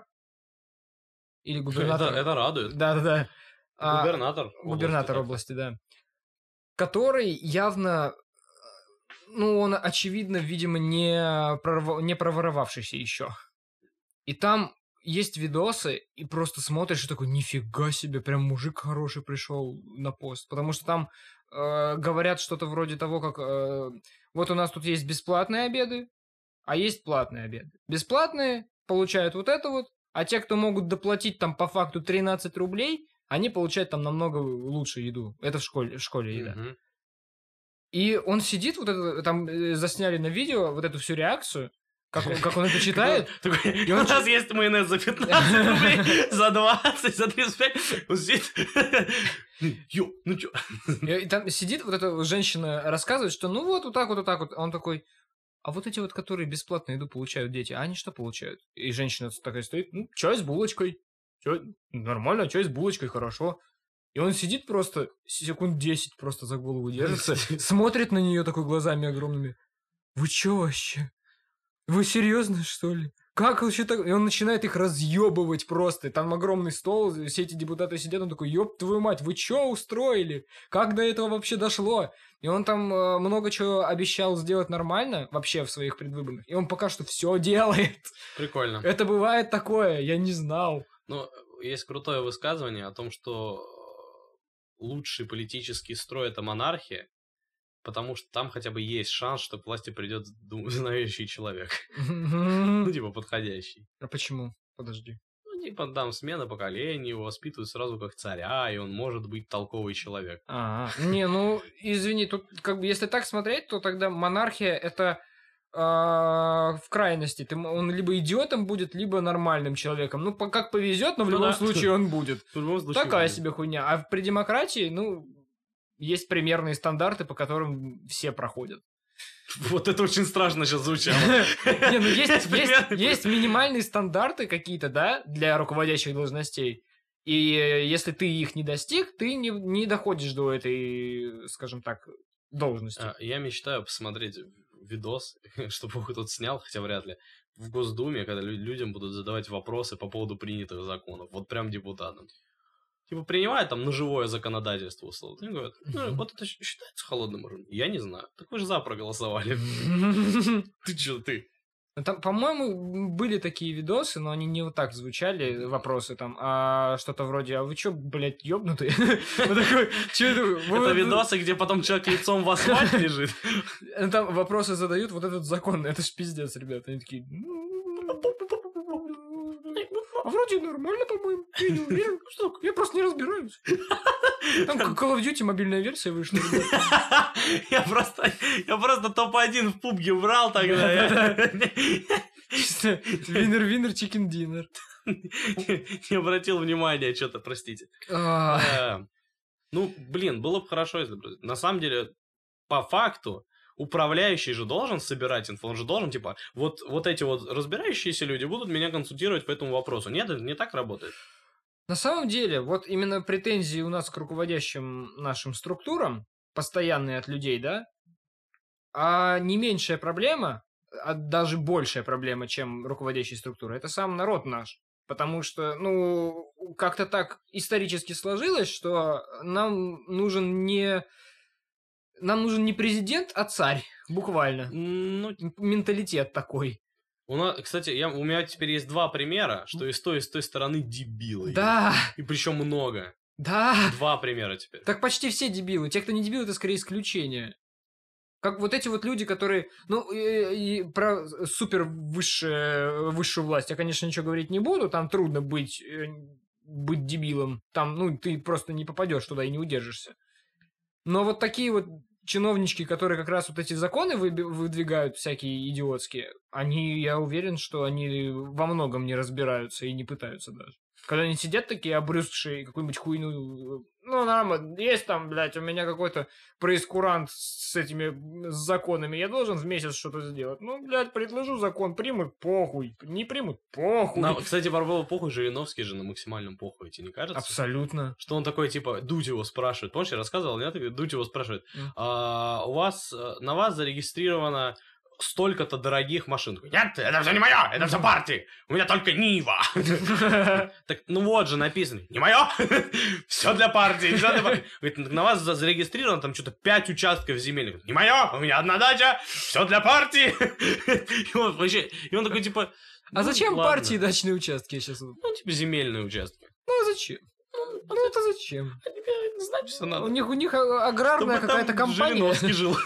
или губернатор. Это радует. Да. Губернатор области, да. Который явно... Ну, он, очевидно, видимо, не проворовавшийся еще. И там есть видосы, и просто смотришь и такой, нифига себе, прям мужик хороший пришел на пост. Потому что там говорят что-то вроде того, как вот у нас тут есть бесплатные обеды, а есть платные обеды. Бесплатные получают вот это вот, а те, кто могут доплатить там по факту 13 рублей, они получают там намного лучше еду. Это в школе еда. Мгм. И он сидит, вот это, там засняли на видео вот эту всю реакцию, как он это читает. Такой, И у он нас есть майонез за 15 рублей, за 20, за 35. Он сидит. Ё, ну чё? И там сидит вот эта женщина, рассказывает, что ну вот так вот, вот так вот. А он такой, а вот эти вот, которые бесплатную еду получают дети, а они что получают? И женщина такая стоит, ну, чай с булочкой. Нормально, чай с булочкой, хорошо. И он сидит просто, секунд 10 просто за голову держится, смотрит на нее такой глазами огромными. Вы чё вообще? Вы серьезно, что ли? Как вообще так? И он начинает их разъебывать просто. Там огромный стол, все эти депутаты сидят, он такой, ёб твою мать, вы чё устроили? Как до этого вообще дошло? И он там много чего обещал сделать нормально вообще в своих предвыборных. И он пока что все делает. Прикольно. Это бывает такое, я не знал. Ну, есть крутое высказывание о том, что лучший политический строй — это монархия, потому что там хотя бы есть шанс, что к власти придет знающий человек. Ну, типа, подходящий. А почему? Подожди. Ну, типа, там смена поколений, его воспитывают сразу как царя, и он может быть толковый человек. Не, ну, извини, тут как бы если так смотреть, то тогда монархия это в крайности. Он либо идиотом будет, либо нормальным человеком. Ну, как повезет, но в любом случае он будет. В любом случае Такая будет. себе хуйня. А при демократии, ну, есть примерные стандарты, по которым все проходят. Вот это очень страшно сейчас звучало. Не, ну есть минимальные стандарты какие-то, да, для руководящих должностей. И если ты их не достиг, ты не доходишь до этой, скажем так, должности. Я мечтаю посмотреть видос, что Бог тут снял, хотя вряд ли, в Госдуме, когда людям будут задавать вопросы по поводу принятых законов. Вот прям депутатам. Типа принимают там на живое законодательство, условно. И говорят, ну, вот это считается холодным оружием? Я не знаю. Так вы же за проголосовали. Ты чё, ты? Там, по-моему, были такие видосы, но они не вот так звучали, вопросы там, а что-то вроде, а вы чё, блядь, ёбнутые? Вот такой, чё это? Это видосы, где потом человек лицом в асфальт лежит. Там вопросы задают, вот этот закон, это ж пиздец, ребята. Они такие, а вроде нормально, по-моему. Я не уверен. Что? Я просто не разбираюсь. Там Call of Duty мобильная версия вышла. Я просто топ-1 в PUBG брал тогда. Чисто винер-винер, чикен-динер. Не обратил внимания, что-то, простите. Ну, блин, было бы хорошо, если бы... На самом деле, по факту, управляющий же должен собирать инфу, он же должен, типа, вот эти вот разбирающиеся люди будут меня консультировать по этому вопросу. Нет, это не так работает. На самом деле, вот именно претензии у нас к руководящим нашим структурам, постоянные от людей, да, а не меньшая проблема, а даже большая проблема, чем руководящие структуры, это сам народ наш. Потому что, ну, как-то так исторически сложилось, что нам нужен не президент, а царь, буквально. Ну, Менталитет такой. Кстати, у меня теперь есть два примера, что и с той стороны дебилы. Да. И причем много. Да. Два примера теперь. Так почти все дебилы. Те, кто не дебилы, это скорее исключение. Как вот эти вот люди, которые... Ну, и про супер высшую власть я, конечно, ничего говорить не буду. Там трудно быть дебилом. Там, ну, ты просто не попадешь туда и не удержишься. Но вот такие вот чиновнички, которые как раз вот эти законы выдвигают всякие идиотские, они, я уверен, что они во многом не разбираются и не пытаются даже. Когда они сидят такие обрюзгшие, какую-нибудь хуйню... Ну, нормально, есть там, блядь, у меня какой-то прейскурант с этими законами, я должен в месяц что-то сделать. Ну, блядь, предложу закон, примут, похуй. Не примут, похуй. Кстати, Барбова похуй, Жириновский же на максимальном похуй, тебе не кажется? Абсолютно. Что он такой, типа, Дудь его спрашивает. Помнишь, я рассказывал, нет? Дудь его спрашивает. На вас зарегистрировано столько-то дорогих машин. Нет, это все не мое, это все партии. У меня только Нива. Так, ну вот же написано. Не мое, все для партии. Говорит, на вас зарегистрировано там что-то 5 участков земель. Не мое, у меня одна дача, все для партии. И он такой, типа, А зачем ладно. партии дачные участки сейчас? Ну, типа земельные участки. Ну, а зачем? Ну, это зачем? А тебе знать все надо. У них аграрная Чтобы какая-то там компания. Жириновский жил.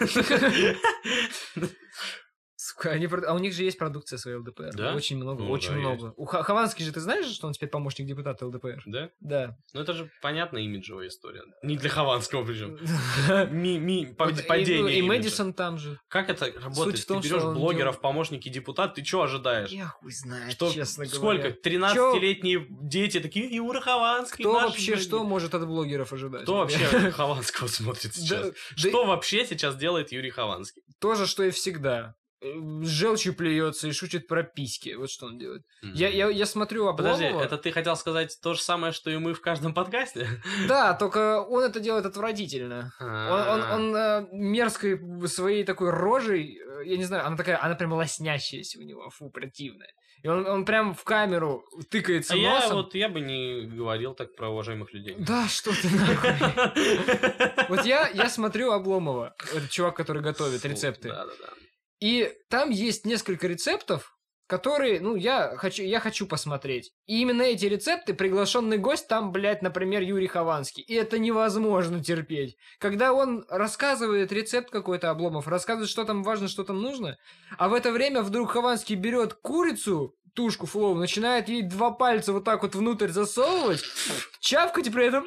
Сука, а у них же есть продукция своей ЛДПР. Да? Очень много, Ну, очень да, много. У Хованский же, ты знаешь, что он теперь помощник депутата ЛДПр? Да? Да. Ну, это же понятная имиджевая история. Не для Хованского причем. Вот Падение и имиджа. Мэдисон там же. Как это работает? Суть в том, Ты берешь что он блогеров, делал- помощники депутат, ты что ожидаешь? Я хуй знает, Что, честно сколько? говоря. 13-летние дети такие, Юра Хованский. Кто наш вообще блогер». что может от блогеров ожидать? Кто вообще Хованского смотрит сейчас? Да- Что вообще сейчас делает Юрий Хованский? То же, что и всегда. С желчью плюется и шутит про письки. Вот что он делает. Я смотрю Обломова. Подожди, это ты хотел сказать то же самое, что и мы в каждом подкасте? Да, только он это делает отвратительно. Он мерзкой своей такой рожей, я не знаю, она прям лоснящаяся у него, фу, противная. И он прям в камеру тыкается носом. Я бы не говорил так про уважаемых людей. Да, что ты нахуй. Вот я смотрю Обломова, этот чувак, который готовит рецепты. Да. И там есть несколько рецептов, которые, я хочу посмотреть. И именно эти рецепты, приглашенный гость там, блядь, например, Юрий Хованский. И это невозможно терпеть. Когда он рассказывает рецепт какой-то, Обломов, рассказывает, что там важно, что там нужно, а в это время вдруг Хованский берет курицу, тушку флоу, начинает ей 2 пальца вот так вот внутрь засовывать, чавкать и при этом...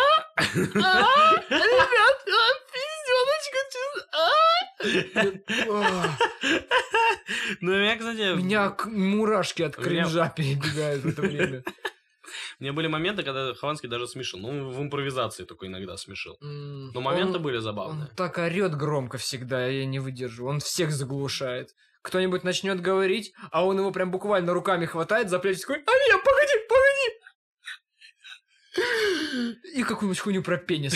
Ребят, пиздёночка, Ну, я, кстати... у меня мурашки от кринжа перебегают в это время. У меня были моменты, когда Хованский даже смешил. Ну, в импровизации только иногда смешил. Но моменты были забавные. Он так орет громко всегда, я не выдержу. Он всех заглушает. Кто-нибудь начнет говорить, а он его прям буквально руками хватает за плечи, такой: «А нет, погоди!» И какую-нибудь хуйню про пенис.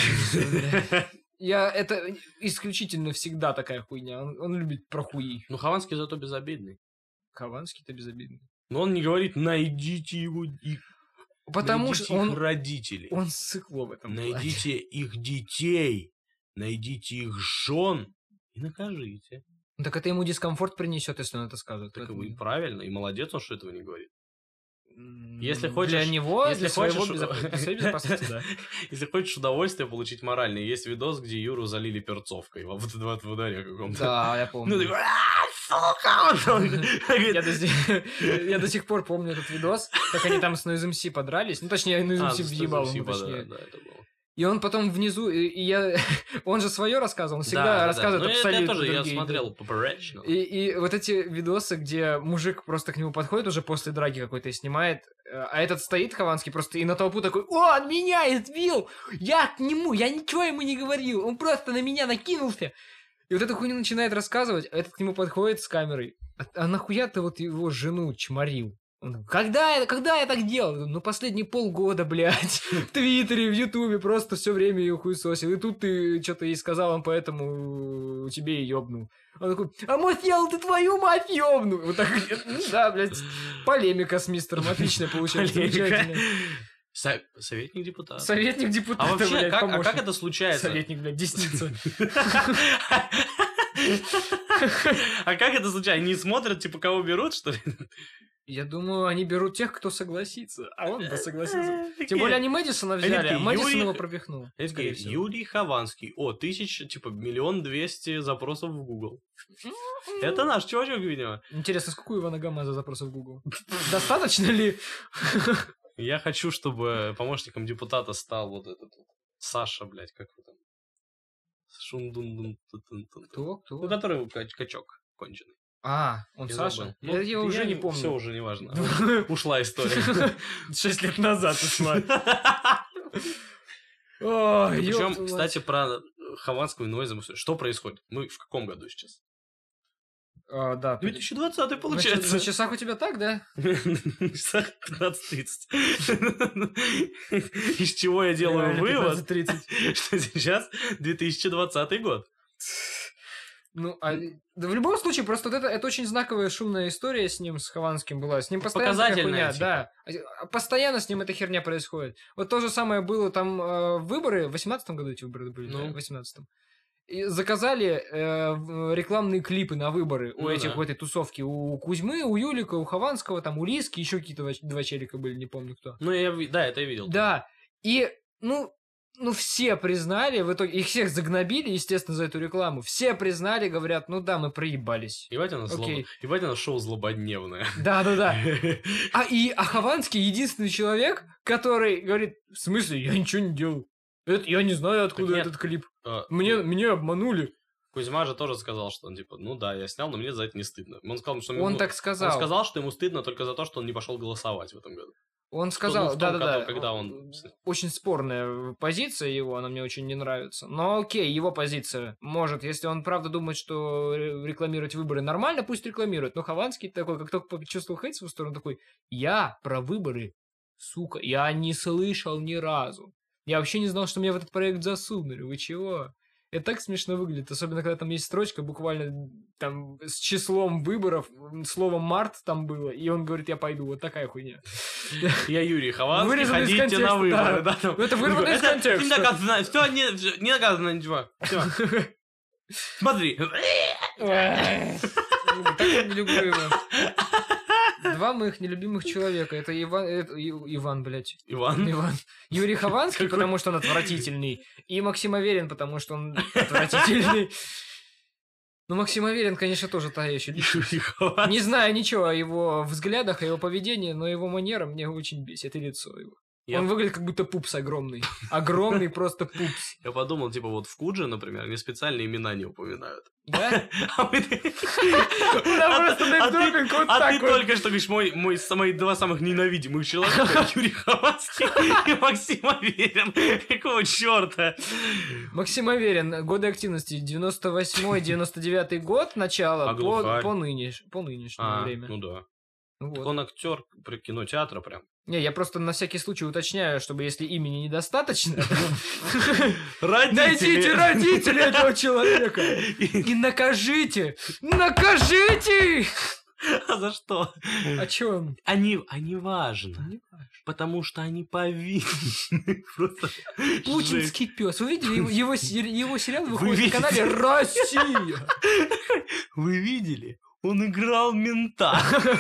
Это исключительно всегда такая хуйня. Он любит про хуи. Ну, Хованский зато безобидный. Хованский-то безобидный. Но он не говорит: найдите его и... Потому найдите что их он родителей. Он сыкло в этом плане. Найдите их детей. Найдите их жен и накажите. Ну, так это ему дискомфорт принесет, если он это скажет. Так Поэтому- и правильно, и молодец он, что этого не говорит. М, Если хочешь- Для него, если для своего хочешь- своей безопасности, да. Если хочешь удовольствие получить моральное, есть видос, где Юру залили перцовкой в ударе каком-то. Да, я Ну, помню. такой: сука! Я до сих пор помню этот видос, как они там с Noise MC подрались. Ну, точнее, Noise MC въебал ему, точнее. Да, это было. И он потом внизу, он же свое рассказывал, он всегда рассказывает Ну, это абсолютно я тоже, я другие. смотрел поперечно. И вот эти видосы, где мужик просто к нему подходит уже после драки какой-то и снимает, а этот стоит, Хованский, просто и на толпу такой: «Он меня избил! Я к нему, я ничего ему не говорил, он просто на меня накинулся!» И вот эту хуйню начинает рассказывать, а этот к нему подходит с камерой: «А нахуя ты вот его жену чморил?» Он такой: когда я так делал? Я говорю: «Ну, последние полгода, блядь, в Твиттере, в Ютубе просто все время ее хуесосил. И тут ты что-то ей сказал, он поэтому тебе и ёбнул». Он такой: «А может, я ты твою мать ёбну?» Вот так, да, блядь, полемика с мистером, отличная получилась, замечательная. Советник депутата. Советник депутата, А вообще, блядь, как помощник. это случается? Советник, блядь, десница. А как это случайно? Они смотрят, типа, кого берут, что ли? Я думаю, они берут тех, кто согласится. А он-то согласился. Такие- Тем более они Мэдисона взяли, а такие: Мэдисон Юрий- его пропихнул. Они скорее такие: всего. Юрий Хованский. О, 1,200,000 запросов в Google. Это наш чувачок, видимо. Интересно, сколько у Ивана Гамаза запросов в Google? Достаточно ли? Я хочу, чтобы помощником депутата стал вот этот вот Саша, блядь, как его там? Шундун. Кто? Ну, который качок конченый. А, он Я Саша? забыл. Я его уже не Все помню. уже не важно. Ушла история. 6 лет назад ушла. Причем, кстати, про Хованского и Нойза. Что происходит? Мы в каком году сейчас? Да. 2020 получается. На часах у тебя так, да? Часах 15:30. Из чего я делаю вывод, 15:30. что сейчас 2020 год. Ну, да в любом случае, просто вот это очень знаковая шумная история с ним, с Хованским была. С ним постоянно такая Показательная, хуйня, типа. да. Постоянно с ним эта херня происходит. Вот то же самое было там выборы, в 18-м году эти выборы были, Ну. да, в 18-м. заказали рекламные клипы на выборы у этих в этой тусовке. У Кузьмы, у Юлика, у Хованского, там у Лиски, еще какие-то два челика были, не помню кто. Ну, это я видел. Да, и, ну, все признали, в итоге, их всех загнобили, естественно, за эту рекламу. Все признали, говорят, ну да, мы проебались. Ебать оно шоу злободневное. Да. А Хованский единственный человек, который говорит, в смысле, я ничего не делал. Я не знаю, откуда этот клип. Меня обманули. Кузьма же тоже сказал, что он типа, ну да, я снял, но мне за это не стыдно. Он так сказал. Он сказал, что ему стыдно только за то, что он не пошел голосовать в этом году. Он сказал, да. Когда он... Очень спорная позиция его, она мне очень не нравится. Но окей, его позиция. Может, если он правда думает, что рекламировать выборы нормально, пусть рекламирует. Но Хованский такой, как только почувствовал хейт в свою сторону, такой, я про выборы, сука, я не слышал ни разу. Я вообще не знал, что меня в этот проект засунули. Вы чего? Это так смешно выглядит. Особенно, когда там есть строчка буквально там с числом выборов, словом «март» там было, и он говорит, я пойду. Вот такая хуйня. Я Юрий Хованский, ходите на выборы. Да. Это вырвано из контекста. Не наказано, все, не наказано ничего. Все. Смотри. Так я не люблю его. Два моих нелюбимых человека. Это Иван, блядь. Иван? Юрий Хованский, потому что он отвратительный. И Максим Аверин, потому что он отвратительный. Ну, Максим Аверин, конечно, тоже та еще личность. Не знаю ничего о его взглядах, о его поведении, но его манера мне очень бесит, и лицо его. Он выглядит как будто пупс огромный. Огромный просто пупс. Я подумал, типа, вот в Кудже, например, они специальные имена не упоминают. Да? А ты только что говоришь, мои два самых ненавидимых человека, Юрий Хованский и Максим Аверин. Какого черта? Максим Аверин, годы активности 98-99 год, начало, по нынешнее время. Ну да. Вот. Он актер кинотеатра прям. Не, я просто на всякий случай уточняю, чтобы если имени недостаточно, найдите родителей этого человека и накажите! Накажите! А за что? А чё он? Они важно. Потому что они повинны. Путинский пес. Вы видели? Его сериал выходит на канале «Россия». Вы видели? Он играл мента.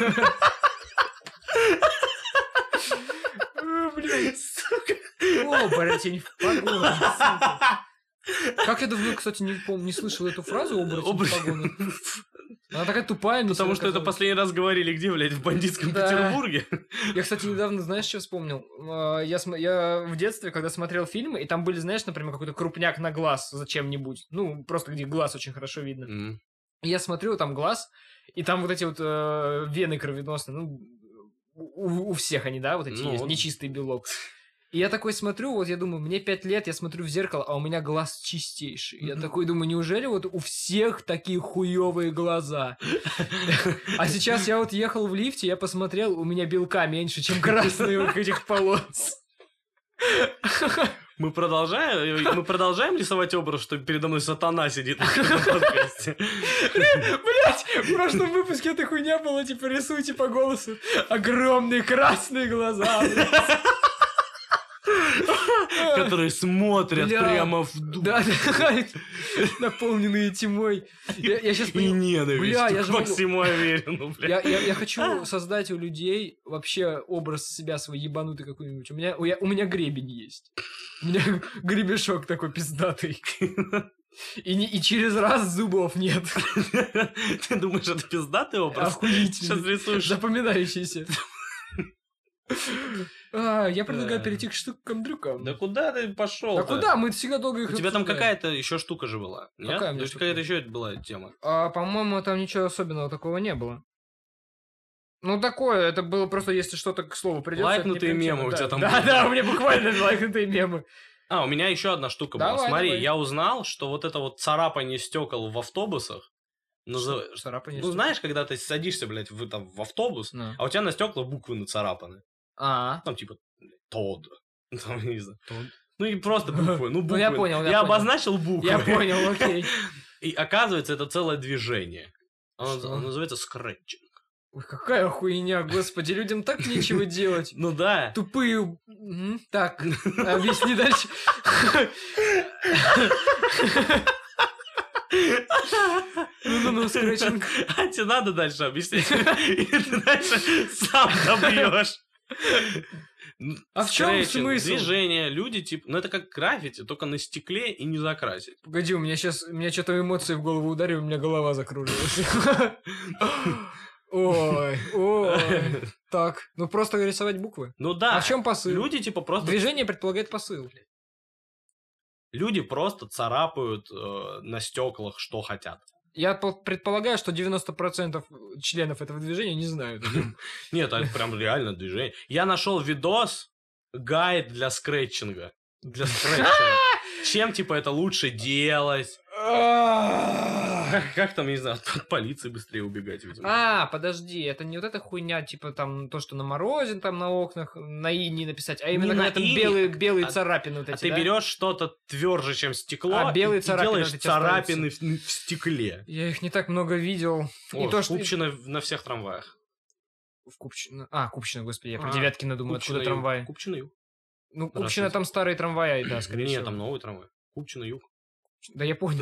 Блин, сука. Оборотень в погонах, сука. Как я давно, кстати, не слышал эту фразу «оборотень в погонах». Она такая тупая. Потому что это последний раз говорили где, блядь, в бандитском Петербурге. Я, кстати, недавно, знаешь, что вспомнил? Я в детстве, когда смотрел фильмы, и там были, знаешь, например, какой-то крупняк на глаз зачем-нибудь. Ну, просто где глаз очень хорошо видно. И я смотрю, там глаз, и там вот эти вот вены кровеносные, ну, у всех они, да, вот эти есть, нечистый белок. И я такой смотрю, вот я думаю, мне 5 лет, я смотрю в зеркало, а у меня глаз чистейший. Я такой думаю, неужели вот у всех такие хуёвые глаза? А сейчас я вот ехал в лифте, я посмотрел, у меня белка меньше, чем красных этих полос. Мы продолжаем рисовать образ, что передо мной сатана сидит на подкасте. Блять, в прошлом выпуске эта хуйня была, типа, рисуйте по голосу огромные красные глаза, блядь. Которые смотрят прямо в душу. Да, наполненные тьмой. Я сейчас и ненавистью к Максиму Аверину, бля. Я хочу создать у людей вообще образ себя свой ебанутый какой-нибудь. У меня гребень есть. У меня гребешок такой пиздатый. И через раз зубов нет. Ты думаешь, это пиздатый образ? Охуительный. Сейчас рисуешь. Запоминающийся. Я предлагаю перейти к штукам-дрюкам. Да куда ты пошел? Да куда? Мы всегда долго их У тебя там какая-то еще штука же была. Какая у меня какая-то еще была тема. По-моему, там ничего особенного такого не было. Ну, такое, это было просто, если что-то к слову придется. Лайкнутые мемы у тебя там были. Да, у меня буквально лайкнутые мемы. У меня еще одна штука была. Смотри, я узнал, что вот это вот царапание стекол в автобусах. Ну, знаешь, когда ты садишься, блядь, в автобус, а у тебя на стеклах буквы нацарапаны. Там типа Тодд. Там, не знаю. Ну и просто буквы. Ну, буквы. Я понял. Я обозначил буквы. Я понял, окей. И оказывается, это целое движение. Оно называется скретчинг. Ой, какая хуйня, господи, людям так нечего делать. Ну да. Тупые. Так, объясни дальше. Ну, скретчинг. А тебе надо дальше объяснить? Или ты дальше сам добьешь? А в чем Скретчинг, смысл? Движение, люди, типа... Ну, это как граффити, только на стекле и не закрасить. Погоди, у меня что-то эмоции в голову ударили, у меня голова закружилась. Ой. Так, ну просто рисовать буквы. Ну да. А в чем посыл? Люди, типа, просто... Движение предполагает посыл. Люди просто царапают на стеклах, что хотят. Я предполагаю, что 90% членов этого движения не знают. Нет, это прям реально движение. Я нашел видос, гайд для скретчинга. Для скретчинга. Чем, типа, это лучше делать? Как там, не знаю, от полиции быстрее убегать, видимо. Подожди, это не вот эта хуйня, типа, там, то, что на морозе, там, на окнах, на инии написать, а именно Не на когда там инии, белые царапины вот эти, ты берешь что-то тверже, чем стекло, белые и царапины делаешь вот эти царапины в стекле. Я их не так много видел. О, И то, что... Купчино на всех трамваях. В Купчино. Купчино, господи, я про А, Девяткино думаю, Купчино откуда трамвай. Купчино-Юг. Ну, Купчино Здравствуйте. там старые трамваи, да, скорее всего. Нет, там новый трамвай. Купчино-Юг. Да я понял.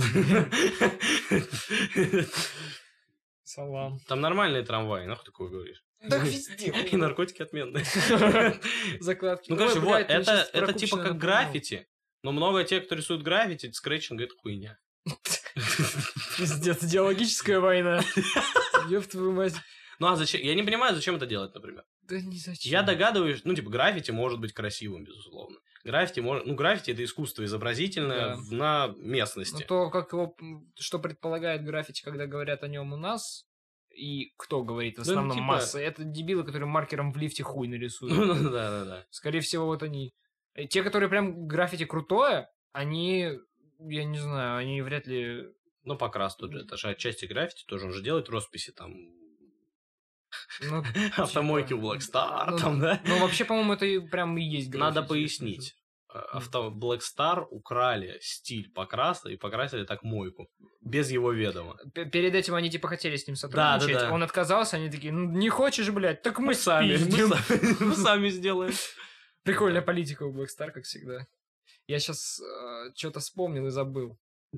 Салам. Там нормальные трамваи, нахуй такое говоришь? Да везде. И наркотики отменные. Закладки. Ну, Ой, короче, вот, блядь, я щас про это типа Купчино как напомнил. граффити, но много тех, кто рисует граффити, скретчинг — это хуйня. Пиздец, идеологическая война. Ёб твою мать. Ну, а зачем? Я не понимаю, зачем это делать, например. Да не зачем. Я догадываюсь, ну, типа, граффити может быть красивым, безусловно. Граффити — это искусство изобразительное Да. на Ну, местности. то, как его, что предполагает граффити, когда говорят о нем у нас, и кто говорит в Да, ну, основном типа- масса, это дебилы, которые маркером в лифте хуй нарисуют. Ну, да. Скорее всего, вот они. И те, которые прям граффити крутое, они, я не знаю, они вряд ли... Ну, покрас тот же, это же отчасти граффити тоже, он же делает росписи там, Ну, автомойки в Blackstar, ну, там, да? ну, вообще, по-моему, это и прям и есть граффити. Надо пояснить. Blackstar украли стиль покраса и покрасили так мойку. Без его ведома. Перед этим они типа хотели с ним сотрудничать. Да. Он отказался, они такие, ну не хочешь, блядь, так мы сами спиздим. мы сами сделаем. Прикольная политика у Blackstar, как всегда. Я сейчас что-то вспомнил и забыл.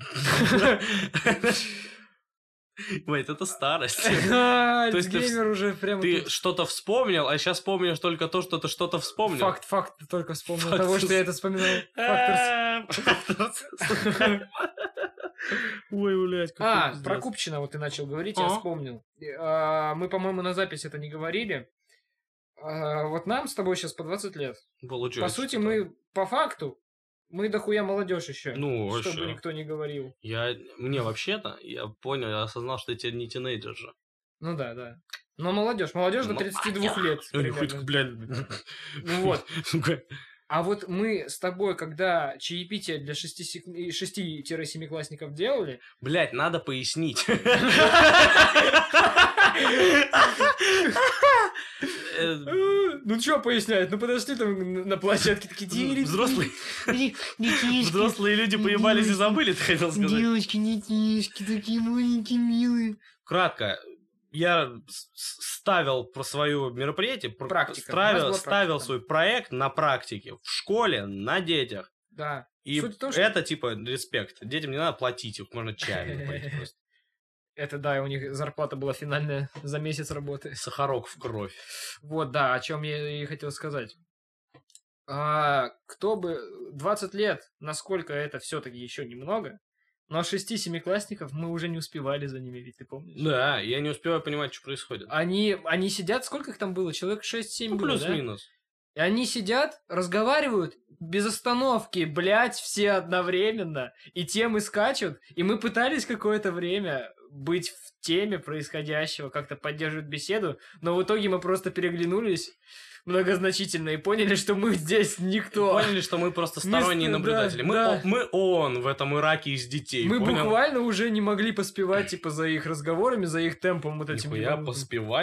Мать, это старость. То есть ты геймер уже прямо Ты тут. что-то вспомнил, а сейчас помнишь только то, что ты что-то вспомнил. Факт, только вспомнил Факт. того, что я это вспоминал. Ой, блядь, какой Про пиздец. Купчино вот ты начал говорить, я Ага. вспомнил. Мы, по-моему, на запись это не говорили. Вот нам с тобой сейчас по 20 лет. По Получается, сути, что мы по факту, мы дохуя молодежь еще. Ну, Чтобы вообще. никто не говорил. Мне вообще-то, я понял, я осознал, что я теперь не тинейджер же. Ну да. Но молодежь до 32 лет. примерно. Блядь. Ну вот. Сука. А вот мы с тобой, когда чаепитие для 6-7-классников делали, Блядь, надо пояснить. ну что пояснять, ну подошли там на площадке такие Взрослые Детишки, взрослые люди поебались и забыли, ты хотел сказать. девочки, детишки, такие маленькие, милые. Кратко, я ставил про свое мероприятие, Практика. У нас была ставил практика. свой проект на практике, в школе, на детях. Да. И Суть в том, что- это, типа, респект. Детям не надо платить, их можно чаями напоить просто. Это да, у них зарплата была финальная за месяц работы. Сахарок в кровь. Вот, да, о чем я и хотел сказать. Кто бы... 20 лет, насколько это все-таки еще немного, но 6-7-классников мы уже не успевали за ними, ведь ты помнишь? Да, я не успеваю понимать, что происходит. Они сидят, сколько их там было? Человек 6-7 Ну, было, да? плюс-минус. И они сидят, разговаривают без остановки, блядь, все одновременно. И темы скачут. И мы пытались какое-то время быть в теме происходящего, как-то поддерживать беседу. Но в итоге мы просто переглянулись многозначительно и поняли, что мы здесь никто. Поняли, что мы просто сторонние да, наблюдатели. да. Мы ООН в этом Ираке из детей. Мы понял? буквально уже не могли поспевать, типа, за их разговорами, за их темпом вот этим. Нихуя поспевать.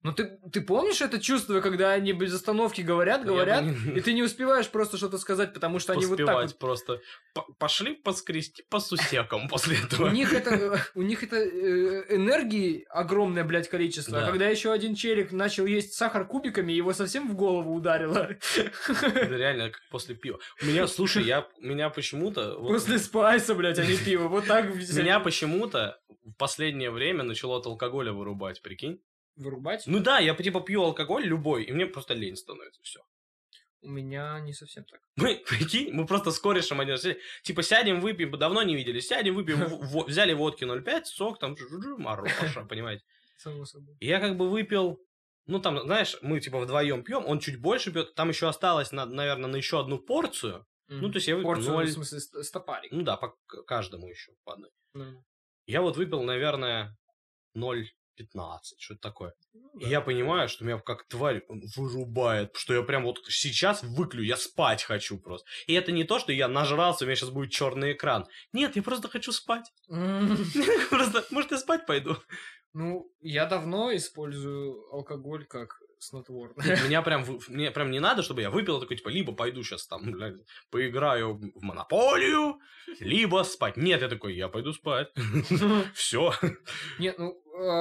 Ну ты помнишь это чувство, когда они без остановки говорят, и ты не успеваешь просто что-то сказать, потому что они вот так вот... просто. Пошли поскрести по сусекам после У этого. них это энергии огромное, блядь, количество. Да. А когда еще один челик начал есть сахар кубиками, его совсем в голову ударило. Это реально как после пива. Слушай, меня почему-то... После спайса, блядь, а не пива. Вот так. Меня почему-то в последнее время начало от алкоголя вырубать, прикинь. Вырубать? Ну да, я типа пью алкоголь любой, и мне просто лень становится, все. У меня не совсем так. Прикинь, мы просто с корешем один раз, типа сядем, выпьем, давно не виделись, сядем, выпьем, взяли водки 0,5, сок, там, мороша, понимаете. Само собой. И я как бы выпил, ну там, знаешь, мы типа вдвоем пьем, он чуть больше пьет, там еще осталось, наверное, на еще одну порцию. Ну, то есть я выпил порцию, в смысле, стопарик. Ну да, по каждому еще, по одной. Ну. Я вот выпил, наверное, 0,15, что-то такое. И я понимаю, что меня как тварь вырубает, что я прям вот сейчас выклю, я спать хочу просто. И это не то, что я нажрался, у меня сейчас будет черный экран. Нет, я просто хочу спать. Просто, может, я спать пойду? Ну, я давно использую алкоголь как снотворное. Мне прям не надо, чтобы я выпил такой, типа, либо пойду сейчас там, блядь, поиграю в Монополию, либо спать. Нет, я такой, я пойду спать. Все. Нет, ну,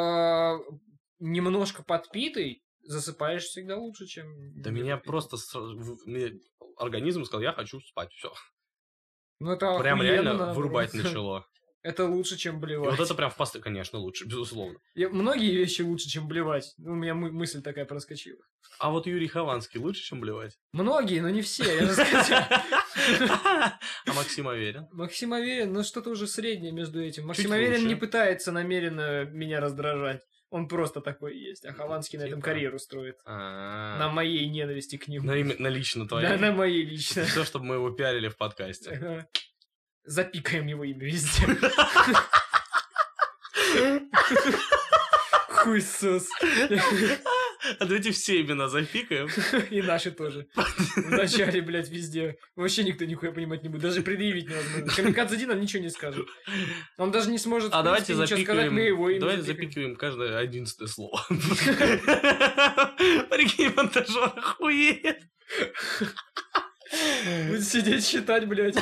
немножко подпитый засыпаешь всегда лучше, чем... Да меня просто... Организм сказал, я хочу спать, все. Ну, это прям охуенно, реально вырубать начало. Это лучше, чем И блевать. вот это прям конечно, лучше, безусловно. Многие вещи лучше, чем блевать. У меня мысль такая проскочила. А вот Юрий Хованский лучше, чем блевать? Многие, но не все, я же сказал. А Максим Аверин? Максим Аверин, ну что-то уже среднее между этим. Максим Аверин не пытается намеренно меня раздражать. Он просто такой есть. А Хованский на этом карьеру строит. На моей ненависти к нему. На лично твоей? Да, на моей лично. Все, чтобы мы его пиарили в подкасте. Запикаем его имя везде. Хуйсос. А давайте все имена запикаем. И наши тоже. Вначале, блядь, везде. Вообще никто нихуя понимать не будет. Даже предъявить невозможно. Камикадзе нам ничего не скажет. Он даже не сможет давайте ничего сказать, мы его имя давайте запикиваем каждое 11 слово. Прикинь, монтажер охуеет. Будет сидеть считать, блядь.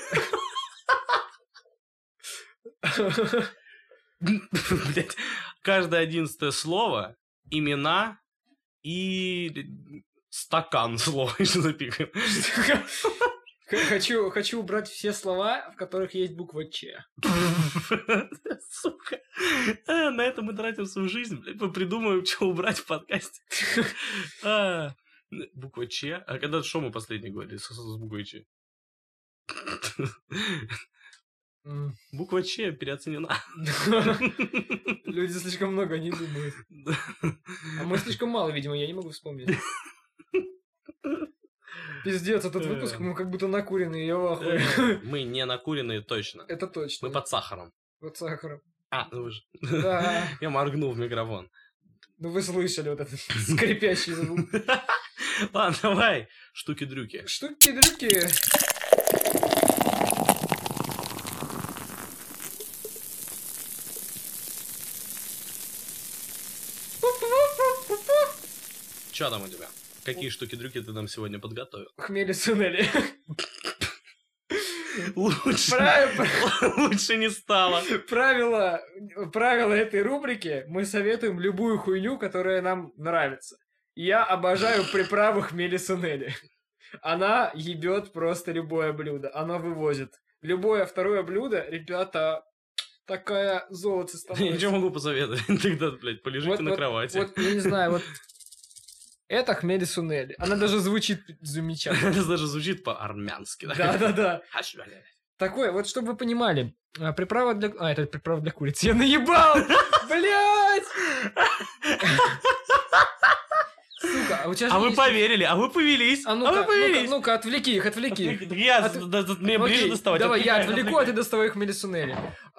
Блядь, каждое 11 слово, имена и стакан слова еще запикаем. Хочу убрать все слова, в которых есть буква Ч. Сука. На это мы тратим свою жизнь, блядь. Мы придумаем, что убрать в подкасте. Буква Ч. А когда что мы последний говорили с буквой Ч? Буква Ч переоценена. Люди слишком много не думают. А мы слишком мало, видимо, я не могу вспомнить. Пиздец, этот выпуск, мы как будто накуренные, я в ахуе. Мы не накуренные точно. Это точно. Мы под сахаром. Под сахаром. Ну вы же. Да. Я моргнул в микрофон. Ну вы слышали вот этот скрипящий звук. Ладно, давай. Штуки-дрюки. Штуки-дрюки. Что там у тебя? Какие штуки-дрюки ты нам сегодня подготовил? Хмели сунели. Лучше не стало. Правило этой рубрики: мы советуем любую хуйню, которая нам нравится. Я обожаю приправу хмели сунели. Она ебет просто любое блюдо. Она вывозит. Любое второе блюдо, ребята, такая золото становится. Я ничего могу посоветовать. Тогда, блядь, полежите на кровати. Вот, я не знаю, вот это хмели сунели. Она даже звучит замечательно. Это даже звучит по-армянски. Да. Такое, вот чтобы вы понимали, приправа для... это приправа для курицы. Я наебал! Блядь! Сука, а вы поверили, а вы повелись. Ну-ка, отвлеки их. Мне ближе доставать. Давай, я отвлеку, а ты доставай хмели сунели.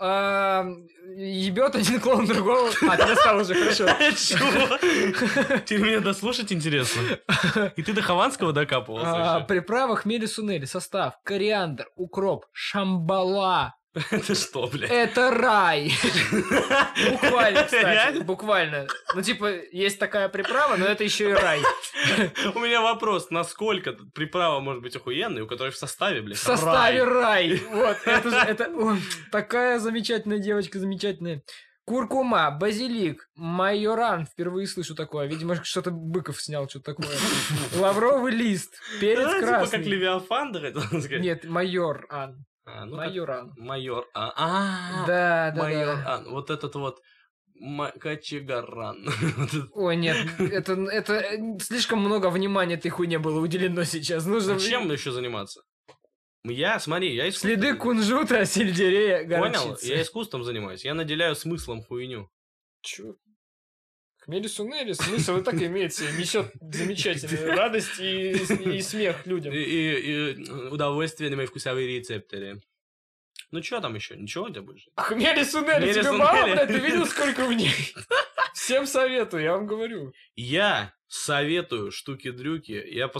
Ебет один клоун другого. Ты достал уже, хорошо. Чего? Теперь меня дослушать интересно. И ты до Хованского докапывался? Приправа хмели сунели. Состав: кориандр, укроп, шамбала, Это что, блядь? Это рай. Буквально, кстати. Реально? Буквально. Ну, типа, есть такая приправа, но это еще и рай. У меня вопрос, насколько приправа может быть охуенной, у которой в составе, блядь, В составе рай? рай. Вот, это же, это... ой, такая замечательная девочка, замечательная. Куркума, базилик, майоран. Впервые слышу такое. Видимо, что-то Быков снял, что-то такое. Лавровый лист, перец Типа как красный. Левиафан, да, хотел сказать? Нет, майоран. Ну, Майоран. Майор. Да, Майор. да. Вот этот вот Кочегаран. Ой, нет, это слишком много внимания этой хуйне было уделено сейчас. Нужно... Чем еще заниматься? Смотри, я искусством... Следы кунжута, сельдерея, Понял? горчицы. Я искусством занимаюсь. Я наделяю смыслом хуйню. Чё? Хмели-сунели, смысл и так имеется. Несет замечательную радость и смех людям. И удовольствие на мои вкусовые рецепторы. Ну, что там еще? Ничего у тебя больше? Хмели-сунели, тебе мало, блядь? Ты видел, сколько в ней? Всем советую, я вам говорю. Я советую штуки-дрюки. Я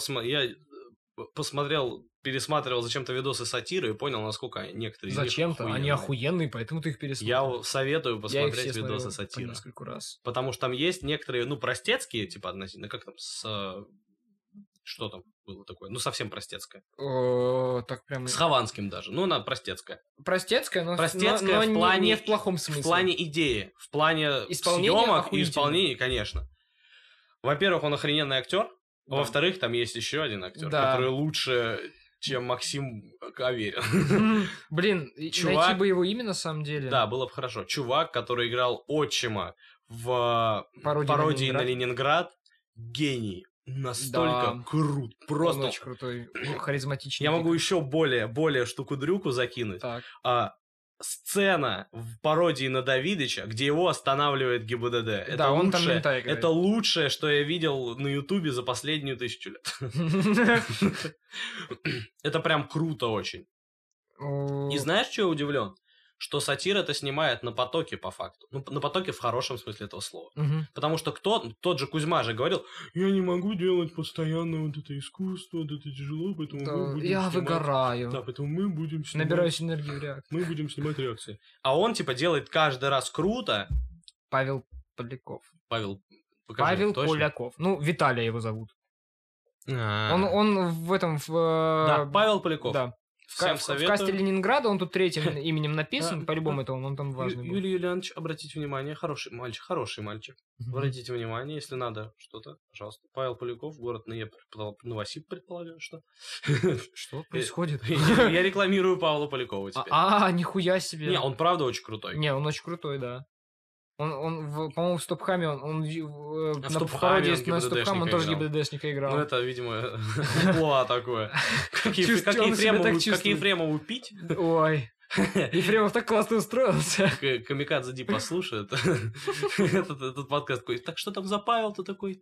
посмотрел, пересматривал зачем-то видосы сатиры и понял, насколько некоторые из них Зачем-то? Они охуенные. охуенные, поэтому ты их пересмотрел. Я советую Я их посмотреть все видосы смотрел по сатиры. нескольку раз. Потому что там есть некоторые, ну, простецкие, типа, относительно, как там, что там было такое? Ну, совсем простецкое. О, так прям... С Хованским даже. Ну, она простецкая. Простецкая, но Простецкая но в плане... не в плохом смысле. В плане идеи, в плане Исполнения съемок и охуительно. исполнения, конечно. Во-первых, он охрененный актер. Да. Во-вторых, там есть еще один актер, Да. который лучше, чем Максим Аверин. Блин, Чувак- найти бы его имя на самом деле. Да, было бы хорошо. Чувак, который играл отчима в Пародии на на Ленинград, гений. Настолько Да. крут. Он Просто. очень крутой, харизматичный. Я могу тип. еще более штуку-дрюку закинуть. Так. Сцена в пародии на Давидыча, где его останавливает ГИБДД. Это Да, он там лучшее, мента играет. это лучшее, что я видел на Ютубе за последнюю 1000 лет. Это прям круто очень. И знаешь, что я удивлен? Что сатира это снимает на потоке по факту. Ну, на потоке в хорошем смысле этого слова. Мгм. Потому что тот же Кузьма же говорил, я не могу делать постоянно вот это искусство, вот это тяжело, поэтому Да, мы будем я снимать... выгораю. Да, поэтому мы будем снимать... Набираюсь энергии в реакции. Мы будем снимать реакции. А он, типа, делает каждый раз круто. Павел Поляков. Павел, покажи, Павел точно? Поляков. Ну, Виталия его зовут. А. Он в этом... Да, Павел Поляков. Да. Всем В советую. касте Ленинграда он тут третьим именем написан. Да, По-любому да. это он там важный был. Юрий Юлианович, обратите внимание, хороший мальчик. Мгм. Обратите внимание, если надо что-то, пожалуйста. Павел Поляков, город Новосиб, предполагаю, что. Что происходит? Я рекламирую Павла Полякова теперь. Нихуя себе. Не, он правда очень крутой. Не, он очень крутой, да. По-моему, в Стопхаме В на Стопхаме пародии он на Стопхам он ГИБДДшника тоже играл. ГИБДДшника играл. Ну, это, видимо, плуа такое. Как Чувствую, он себя так чувствует. Ефремову пить? Ой, Ефремов так классно устроился. Камикадзе Ди послушает этот подкаст такой, так что там за Павел-то такой?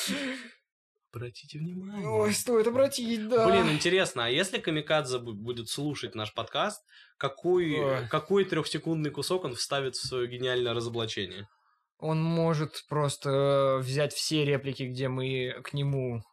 Обратите внимание. Ой, стоит обратить, да. Блин, интересно, а если Камикадзе будет слушать наш подкаст, какой Ой. 3-секундный кусок он вставит в свое гениальное разоблачение? Он может просто взять все реплики, где мы к нему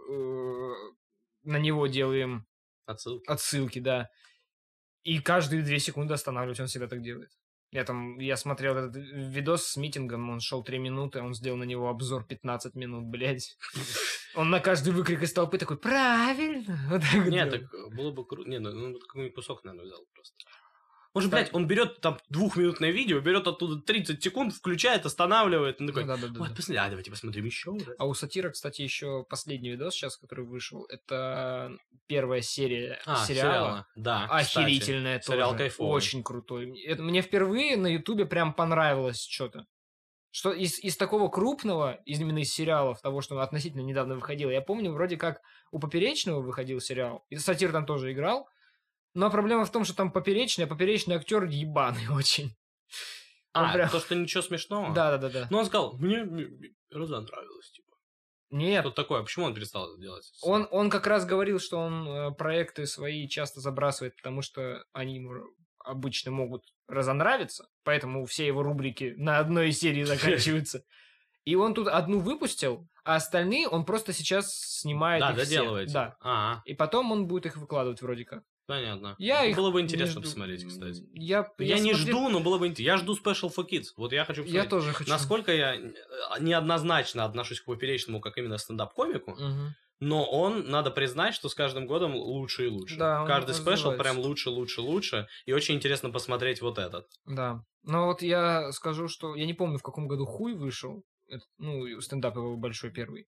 на него делаем Отсылки. отсылки, да. И каждые 2 секунды останавливать, он всегда так делает. Я смотрел этот видос с митингом, он шел 3 минуты, он сделал на него обзор 15 минут, блядь. Он на каждый выкрик из толпы такой, правильно. Вот так Нет, делает. так было бы круто. Не, ну какой-нибудь кусок, наверное, взял просто. Он же, блядь, он берет там 2-минутное видео, берет оттуда 30 секунд, включает, останавливает. Он такой, Да. вот, посмотри, давайте посмотрим еще раз. А у Сатира, кстати, еще последний видос сейчас, который вышел, это первая серия сериала. Да, Охерительная кстати, сериал тоже. кайфовый. Очень крутой. Мне впервые на Ютубе прям понравилось что-то. Что из такого крупного, именно из сериалов, того, что относительно недавно выходило. Я помню, вроде как у Поперечного выходил сериал, и Сатир там тоже играл. Но проблема в том, что там Поперечный актер ебаный очень. Он прям- то, что ничего смешного? Да. Ну, он сказал, мне разонравилось, типа. Нет, Что такое? Почему он перестал это делать? он как раз говорил, что он проекты свои часто забрасывает, потому что они ему обычно могут разонравиться, поэтому все его рубрики на одной серии заканчиваются. И он тут одну выпустил, а остальные он просто сейчас снимает Да, их все. доделываете. Да. И потом он будет их выкладывать вроде как. Понятно. Я их Было бы не интересно жду. посмотреть, кстати. Я Не смотрел- жду, но было бы интересно. Я жду Special for Kids. Вот я хочу Я посмотреть. тоже хочу. Насколько я неоднозначно отношусь к поперечному, как именно стендап-комику, Мгм. но он, надо признать, что с каждым годом лучше и лучше. Да, он Каждый спешл развивается. прям лучше. И очень интересно посмотреть вот этот. Да. Но вот я скажу, что я не помню, в каком году Хуй вышел. Ну, стендап его большой первый.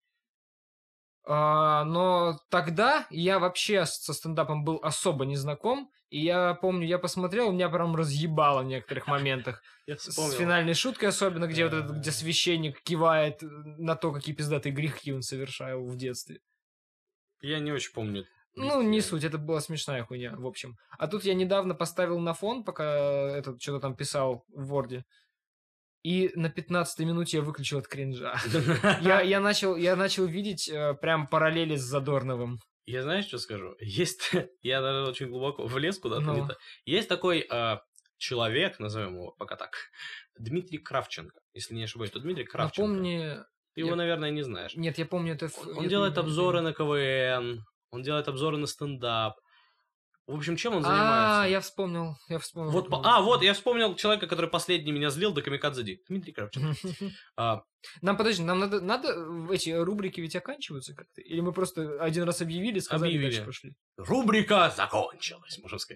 Но тогда я вообще со стендапом был особо не знаком. И я помню, я посмотрел, меня прям разъебало в некоторых моментах. Я С вспомнил. финальной шуткой особенно, где вот этот, где священник кивает на то, какие пиздатые грехи он совершал в детстве. Я не очень помню. Ну, не суть, это была смешная хуйня, в общем. А тут я недавно поставил на фон, пока этот что-то там писал в Ворде. И на 15-й минуте я выключил от кринжа. Я начал видеть прям параллели с Задорновым. Я знаешь, что скажу? Есть, я даже очень глубоко влез куда-то. Ну. Есть такой человек, назовем его пока так, Дмитрий Кравченко, если не ошибаюсь, то Дмитрий Кравченко. Напомни... Ты его, наверное, не знаешь. Нет, я помню это... Он делает обзоры на КВН, он делает обзоры на стендап. В общем, чем он занимается? Я вспомнил. Вот, вот, я вспомнил человека, который последний меня злил до Камикадзе Ди. Дмитрий Кравченко. Подожди, нам надо эти рубрики ведь оканчиваются как-то? Или мы просто один раз объявили, сказали, Объявили. дальше пошли? Рубрика закончилась, можно сказать.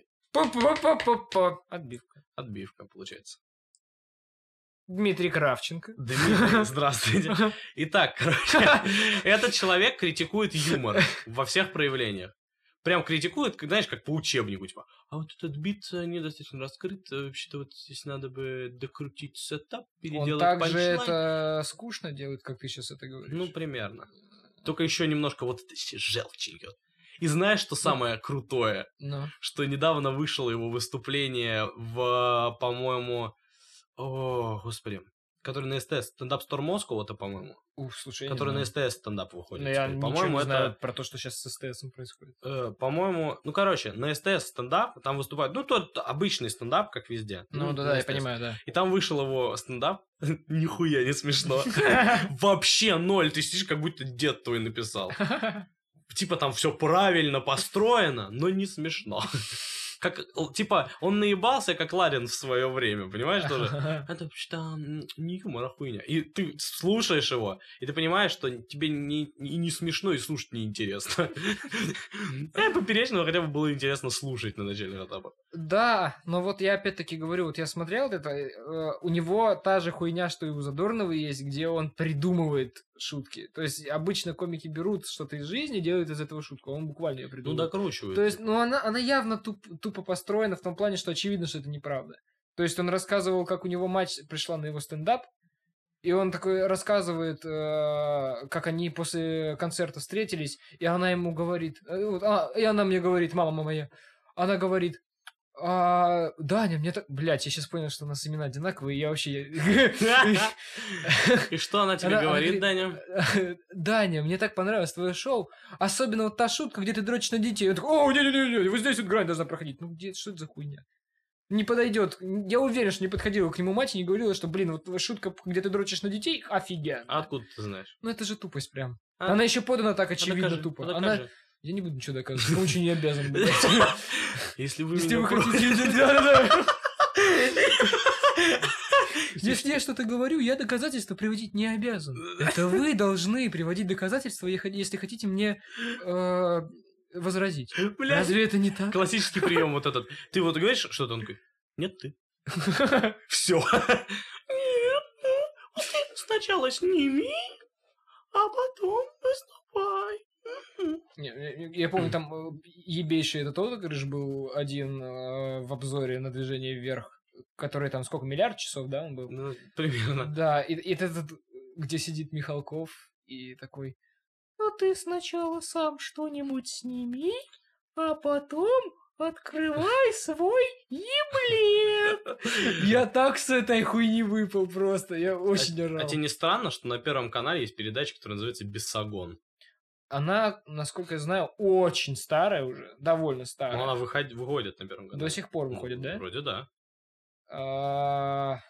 Отбивка. Отбивка, получается. Дмитрий Кравченко. Дмитрий, здравствуйте. Итак, короче, этот человек критикует юмор во всех проявлениях. Прям критикует, знаешь, как по учебнику, типа, а вот этот бит недостаточно раскрыт, вообще-то вот здесь надо бы докрутить сетап, переделать Он так же панчлайн. это скучно делает, как ты сейчас это говоришь. Ну, примерно. Только еще немножко вот это желчи льет. И знаешь, что самое крутое? Ну. Что недавно вышло его выступление в, по-моему, о, господи, который на СТС, стендап Store Moscow, это, по-моему. Слушай, который на СТС стендап выходит. Но я по-моему, ничего не это... знаю про то, что сейчас с СТСом происходит. По-моему, ну, короче, на СТС стендап, там выступает, ну, тот обычный стендап, как везде. Ну, да, я понимаю, да. И там вышел его стендап, нихуя не смешно. Вообще ноль, ты сидишь, как будто дед твой написал. Типа там все правильно построено, но не смешно. Как, типа, он наебался, как Ларин в свое время, понимаешь, тоже? Это вообще-то не юмор, а хуйня. И ты слушаешь его, и ты понимаешь, что тебе не смешно и слушать неинтересно. Поперечного хотя бы было интересно слушать на начальных этапах. Да, но вот я опять-таки говорю, вот я смотрел это, у него та же хуйня, что и у Задорнова есть, где он придумывает шутки. То есть обычно комики берут что-то из жизни, делают из этого шутку, а он буквально ее Ну, придумывает. докручивают. То есть, ну, она явно тупо построена в том плане, что очевидно, что это неправда. То есть он рассказывал, как у него мать пришла на его стендап, и он такой рассказывает, как они после концерта встретились, и она ему говорит, и она мне говорит, мама моя, она говорит, Даня, мне так... Блядь, я сейчас понял, что у нас имена одинаковые, я вообще... И что она тебе говорит, Даня? Даня, мне так понравилось твое шоу, особенно вот та шутка, где ты дрочишь на детей. Он такой, о, не-не-не, вот здесь вот грань должна проходить. Ну, где, что это за хуйня? Не подойдет. Я уверен, что не подходила к нему мать и не говорила, что, блин, вот шутка, где ты дрочишь на детей, офигенно. А откуда ты знаешь? Ну, это же тупость прям. Она еще подана так очевидно Докажи, тупо. докажи. Я не буду ничего доказывать, потому что не обязан. Если вы Если меня вы хотите... Если я что-то говорю, я доказательства приводить не обязан. Это вы должны приводить доказательства, если хотите мне возразить. Блядь. Разве это не так? Классический прием вот этот. Ты вот говоришь что-то, он такой, нет, ты. Все. Нет, сначала сними, а потом выступай. Я помню, там ебейший этот отыгрыш был один в обзоре на «Движение вверх», который там сколько, миллиард часов, да, он был? Ну, примерно. Да, и этот, где сидит Михалков и такой, ну ты сначала сам что-нибудь сними, а потом открывай свой еблет. Я так с этой хуйни выпал просто, я очень орал. А тебе не странно, что на Первом канале есть передача, которая называется «Бесогон»? Она, насколько я знаю, очень старая уже, довольно старая. Но она выходит на Первом канале. До сих пор выходит, да? Вроде да.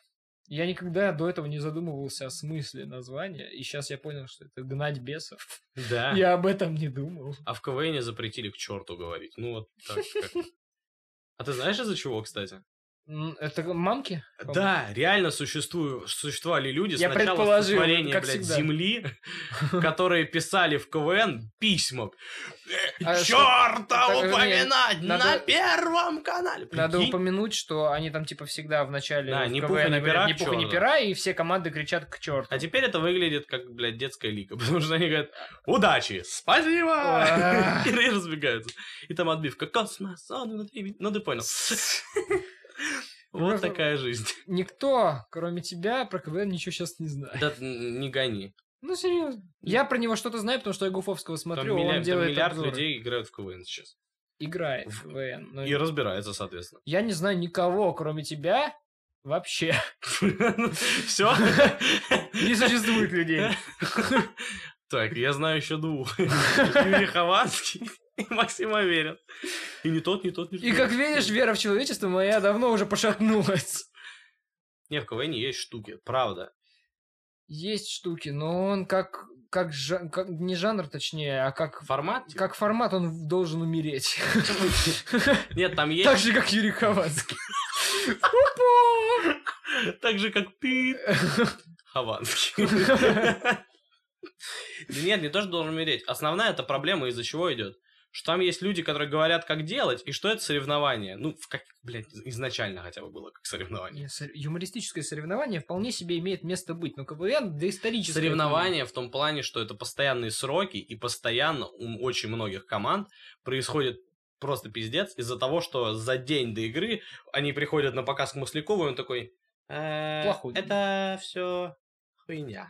Я никогда до этого не задумывался о смысле названия, и сейчас я понял, что это гнать бесов. Да. Я об этом не думал. А в КВН запретили к черту говорить. Ну вот так как. А ты знаешь из-за чего, кстати? Это мамки? Да, реально существовали люди с Я начала предположил, сотворения, как блядь, всегда. Земли, которые писали в КВН письма. А Чёрта так, упоминать надо- на Первом канале. Надо Прикинь? упомянуть, что они там типа всегда в начале Да, в ни КВН пуха, ни говорят, пера, ни к пуха, ни чёрту. пера, и все команды кричат к черту. А теперь это выглядит как, блядь, детская лига, потому что они говорят «Удачи! Спасибо!» Ах. И разбегаются. И там отбивка «Космос, он внутри». Ну, ты понял. Вот Просто- такая жизнь. Никто, кроме тебя, про КВН ничего сейчас не знает. Да не гони. Ну, серьезно. Я про него что-то знаю, потому что я Гуфовского Там смотрю, он миллиард, делает миллиард обзоры. людей играют в КВН сейчас. Играет в КВН. но И разбирается, соответственно. Я не знаю никого, кроме тебя, вообще. Все? Не существует людей. Так, я знаю еще двух. Юрий Хованский и Максим Аверин. И не тот, не тот, не тот. И как видишь, вера в человечество моя давно уже пошатнулась. Не, в КВН есть штуки, правда. Есть штуки, но он как не жанр, точнее, а как Формат? типа? как формат он должен умереть. Нет, там есть... Так же, как Юрий Хованский. Так же, как ты, Хованский. Да нет, не то, что должен умереть. Основная эта проблема из-за чего идет. Что там есть люди, которые говорят, как делать, и что это соревнование. Ну, как, блядь, изначально хотя бы было как соревнование. Юмористическое соревнование вполне себе имеет место быть, но КВН доисторическое. Соревнование в том плане, что это постоянные сроки, и постоянно у очень многих команд происходит просто пиздец из-за того, что за день до игры они приходят на показ к Маслякову, и он такой... Плохой. Это все хуйня.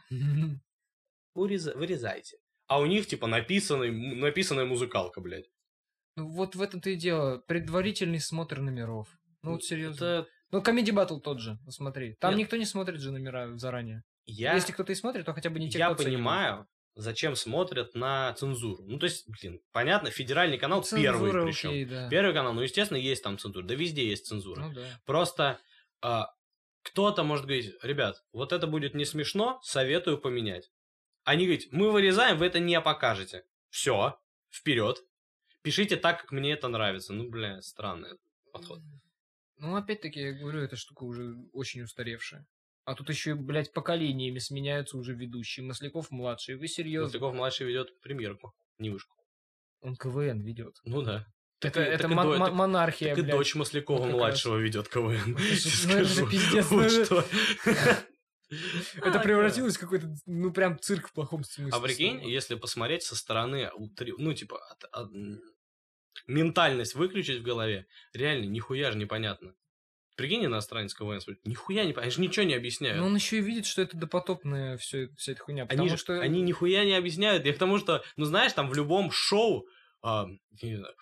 Вырезайте. А у них, типа, написанная музыкалка, блядь. Ну вот в этом-то и дело. Предварительный смотр номеров. Ну вот серьезно. Это... Ну, Comedy Battle тот же, посмотри. Там Нет. никто не смотрит же номера заранее. Я Если кто-то и смотрит, то хотя бы не те, я кто оценивает. понимаю, зачем смотрят на цензуру. Ну, то есть, блин, понятно, федеральный канал Цензура, первый причем. окей, да. Первый канал, ну, естественно, есть там цензура. Да везде есть цензура. Ну да. Просто кто-то может говорить, ребят, вот это будет не смешно, советую поменять. Они говорят, мы вырезаем, вы это не покажете. Все, вперед. Пишите так, как мне это нравится. Ну, бля, странный подход. Ну, опять-таки, я говорю, эта штука уже очень устаревшая. А тут еще, блядь, поколениями сменяются уже ведущие. Масляков младший. Вы серьезно? Масляков-младший ведет премьерку, не вышку. Он КВН ведет. Ну да. Это и монархия, Так и блядь. дочь Маслякова-младшего ведет КВН. Ну, это пиздец. Вот ну, что. Это превратилось в какой-то, ну, прям цирк в плохом смысле. А прикинь, слова. если посмотреть со стороны, ну, типа, ментальность выключить в голове, реально, нихуя же непонятно. Прикинь, иностранец КВН смотрит, нихуя не понятно, они же ничего не объясняют. Но он еще и видит, что это допотопная вся эта хуйня. Потому что... Они нихуя не объясняют. Я к тому, что, ну, знаешь, там в любом шоу, не знаю,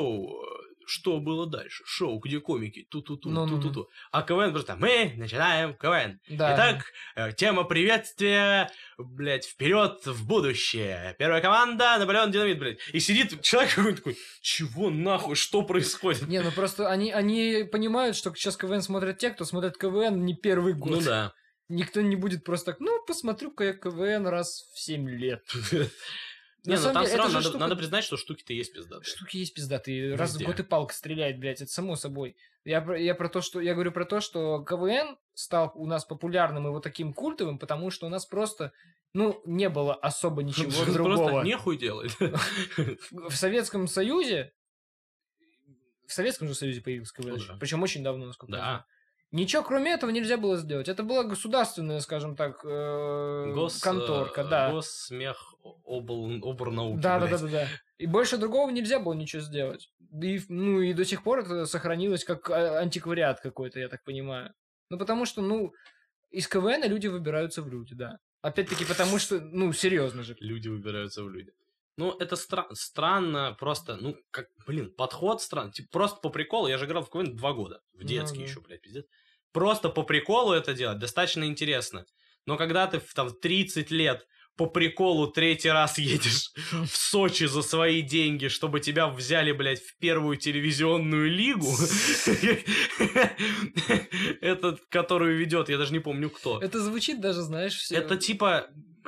что было дальше? Шоу, где комики, ту-ту-ту, Ну-ну-ну. ту-ту-ту. А КВН просто, мы начинаем КВН. Да. Итак, тема приветствия, блядь, вперед в будущее. Первая команда, Наполеон Динамит, блядь. И сидит человек какой-то такой, чего нахуй, что происходит? Не, ну просто они понимают, что сейчас КВН смотрят те, кто смотрит КВН не первый год. Ну да. Никто не будет просто так, ну, посмотрю-ка я КВН раз в 7 лет. Не, На ну самом там деле, все равно это же надо, штука- надо признать, что штуки-то есть пиздатые. Штуки есть пиздатые. Раз в Везде. год и палка стреляет, блядь, это само собой. Я говорю про то, что КВН стал у нас популярным и вот таким культовым, потому что у нас просто, ну, не было особо ничего Просто другого. нехуй делать. В Советском Союзе, в Советском же Союзе появился КВН, Ну да. причем очень давно, насколько я Да. знаю. Ничего кроме этого нельзя было сделать. Это была государственная, скажем так, конторка, да. Госсмех, оборнауки, Да. блядь. И больше другого нельзя было ничего сделать. И, ну, и до сих пор это сохранилось как антиквариат какой-то, я так понимаю. Ну, потому что, ну, из КВН люди выбираются в люди, да. Опять-таки, потому что, ну, серьезно же. Люди выбираются в люди. Ну, это странно, просто, ну, как, блин, подход странный. Типа, просто по приколу, я же играл в КВН 2 года. В детский да. еще, блядь, пиздец. Просто по приколу это делать достаточно интересно. Но когда ты там в 30 лет по приколу 3-й раз едешь в Сочи за свои деньги, чтобы тебя взяли, блядь, в первую телевизионную лигу. Этот, которую ведет, я даже не помню кто. Это звучит даже, знаешь, все... Это типа...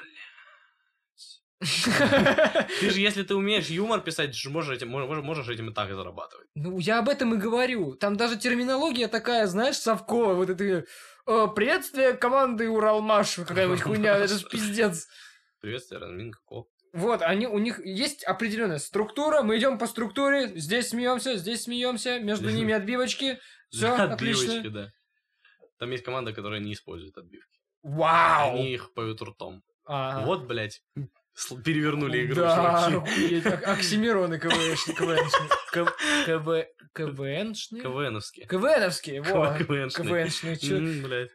Ты же, если ты умеешь юмор писать, можешь этим и так и зарабатывать. Ну, я об этом и говорю. Там даже терминология такая, знаешь, совковая. Вот это... приветствие команды Уралмаш, какая-нибудь хуйня. Это же пиздец. Приветствие, разминка, коп. Вот, у них есть определенная структура. Мы идем по структуре. Здесь смеемся. Между ними отбивочки. Все, отлично. Отбивочки, да. Там есть команда, которая не использует отбивки. Вау! Они их поют ртом. Ага. Вот, блядь, перевернули игру, да, чуваки. охуеть, оксимироны КВНшные. КВНовские. КВНовские, во. КВНшные. КВНшные, чё? Блядь.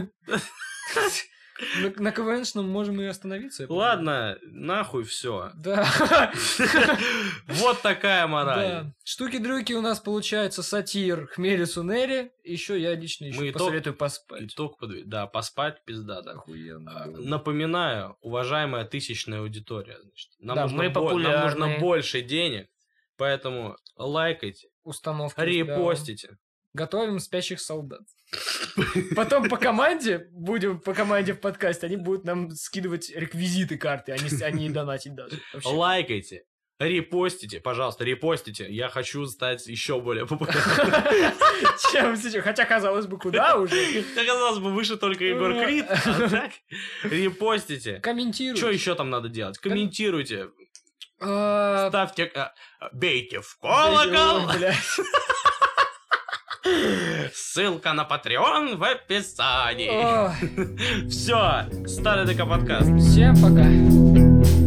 На КВНшном можем и остановиться. Ладно, нахуй все. Да. Вот такая мораль. Да. Штуки-дрюки у нас получается сатир, хмели сунели. Еще я лично еще посоветую поспать. Итог подведем. Да, поспать пизда, да. Охуенно. Напоминаю, уважаемая тысячная аудитория, значит, нам нужно больше денег, поэтому лайкайте, установки, репостите. Да. Готовим спящих солдат. Потом по команде в подкасте, они будут нам скидывать реквизиты карты, а не донатить даже. Лайкайте, репостите, пожалуйста, репостите. Я хочу стать еще более популярным. Чем сейчас? Хотя, казалось бы, куда уже? Казалось бы, выше только Егор Крид. А так, репостите. Комментируйте. Что еще там надо делать? Комментируйте. Ставьте... Бейте в колокол. Ссылка на Patreon в описании. Все, Старый ДК подкаст. Всем пока.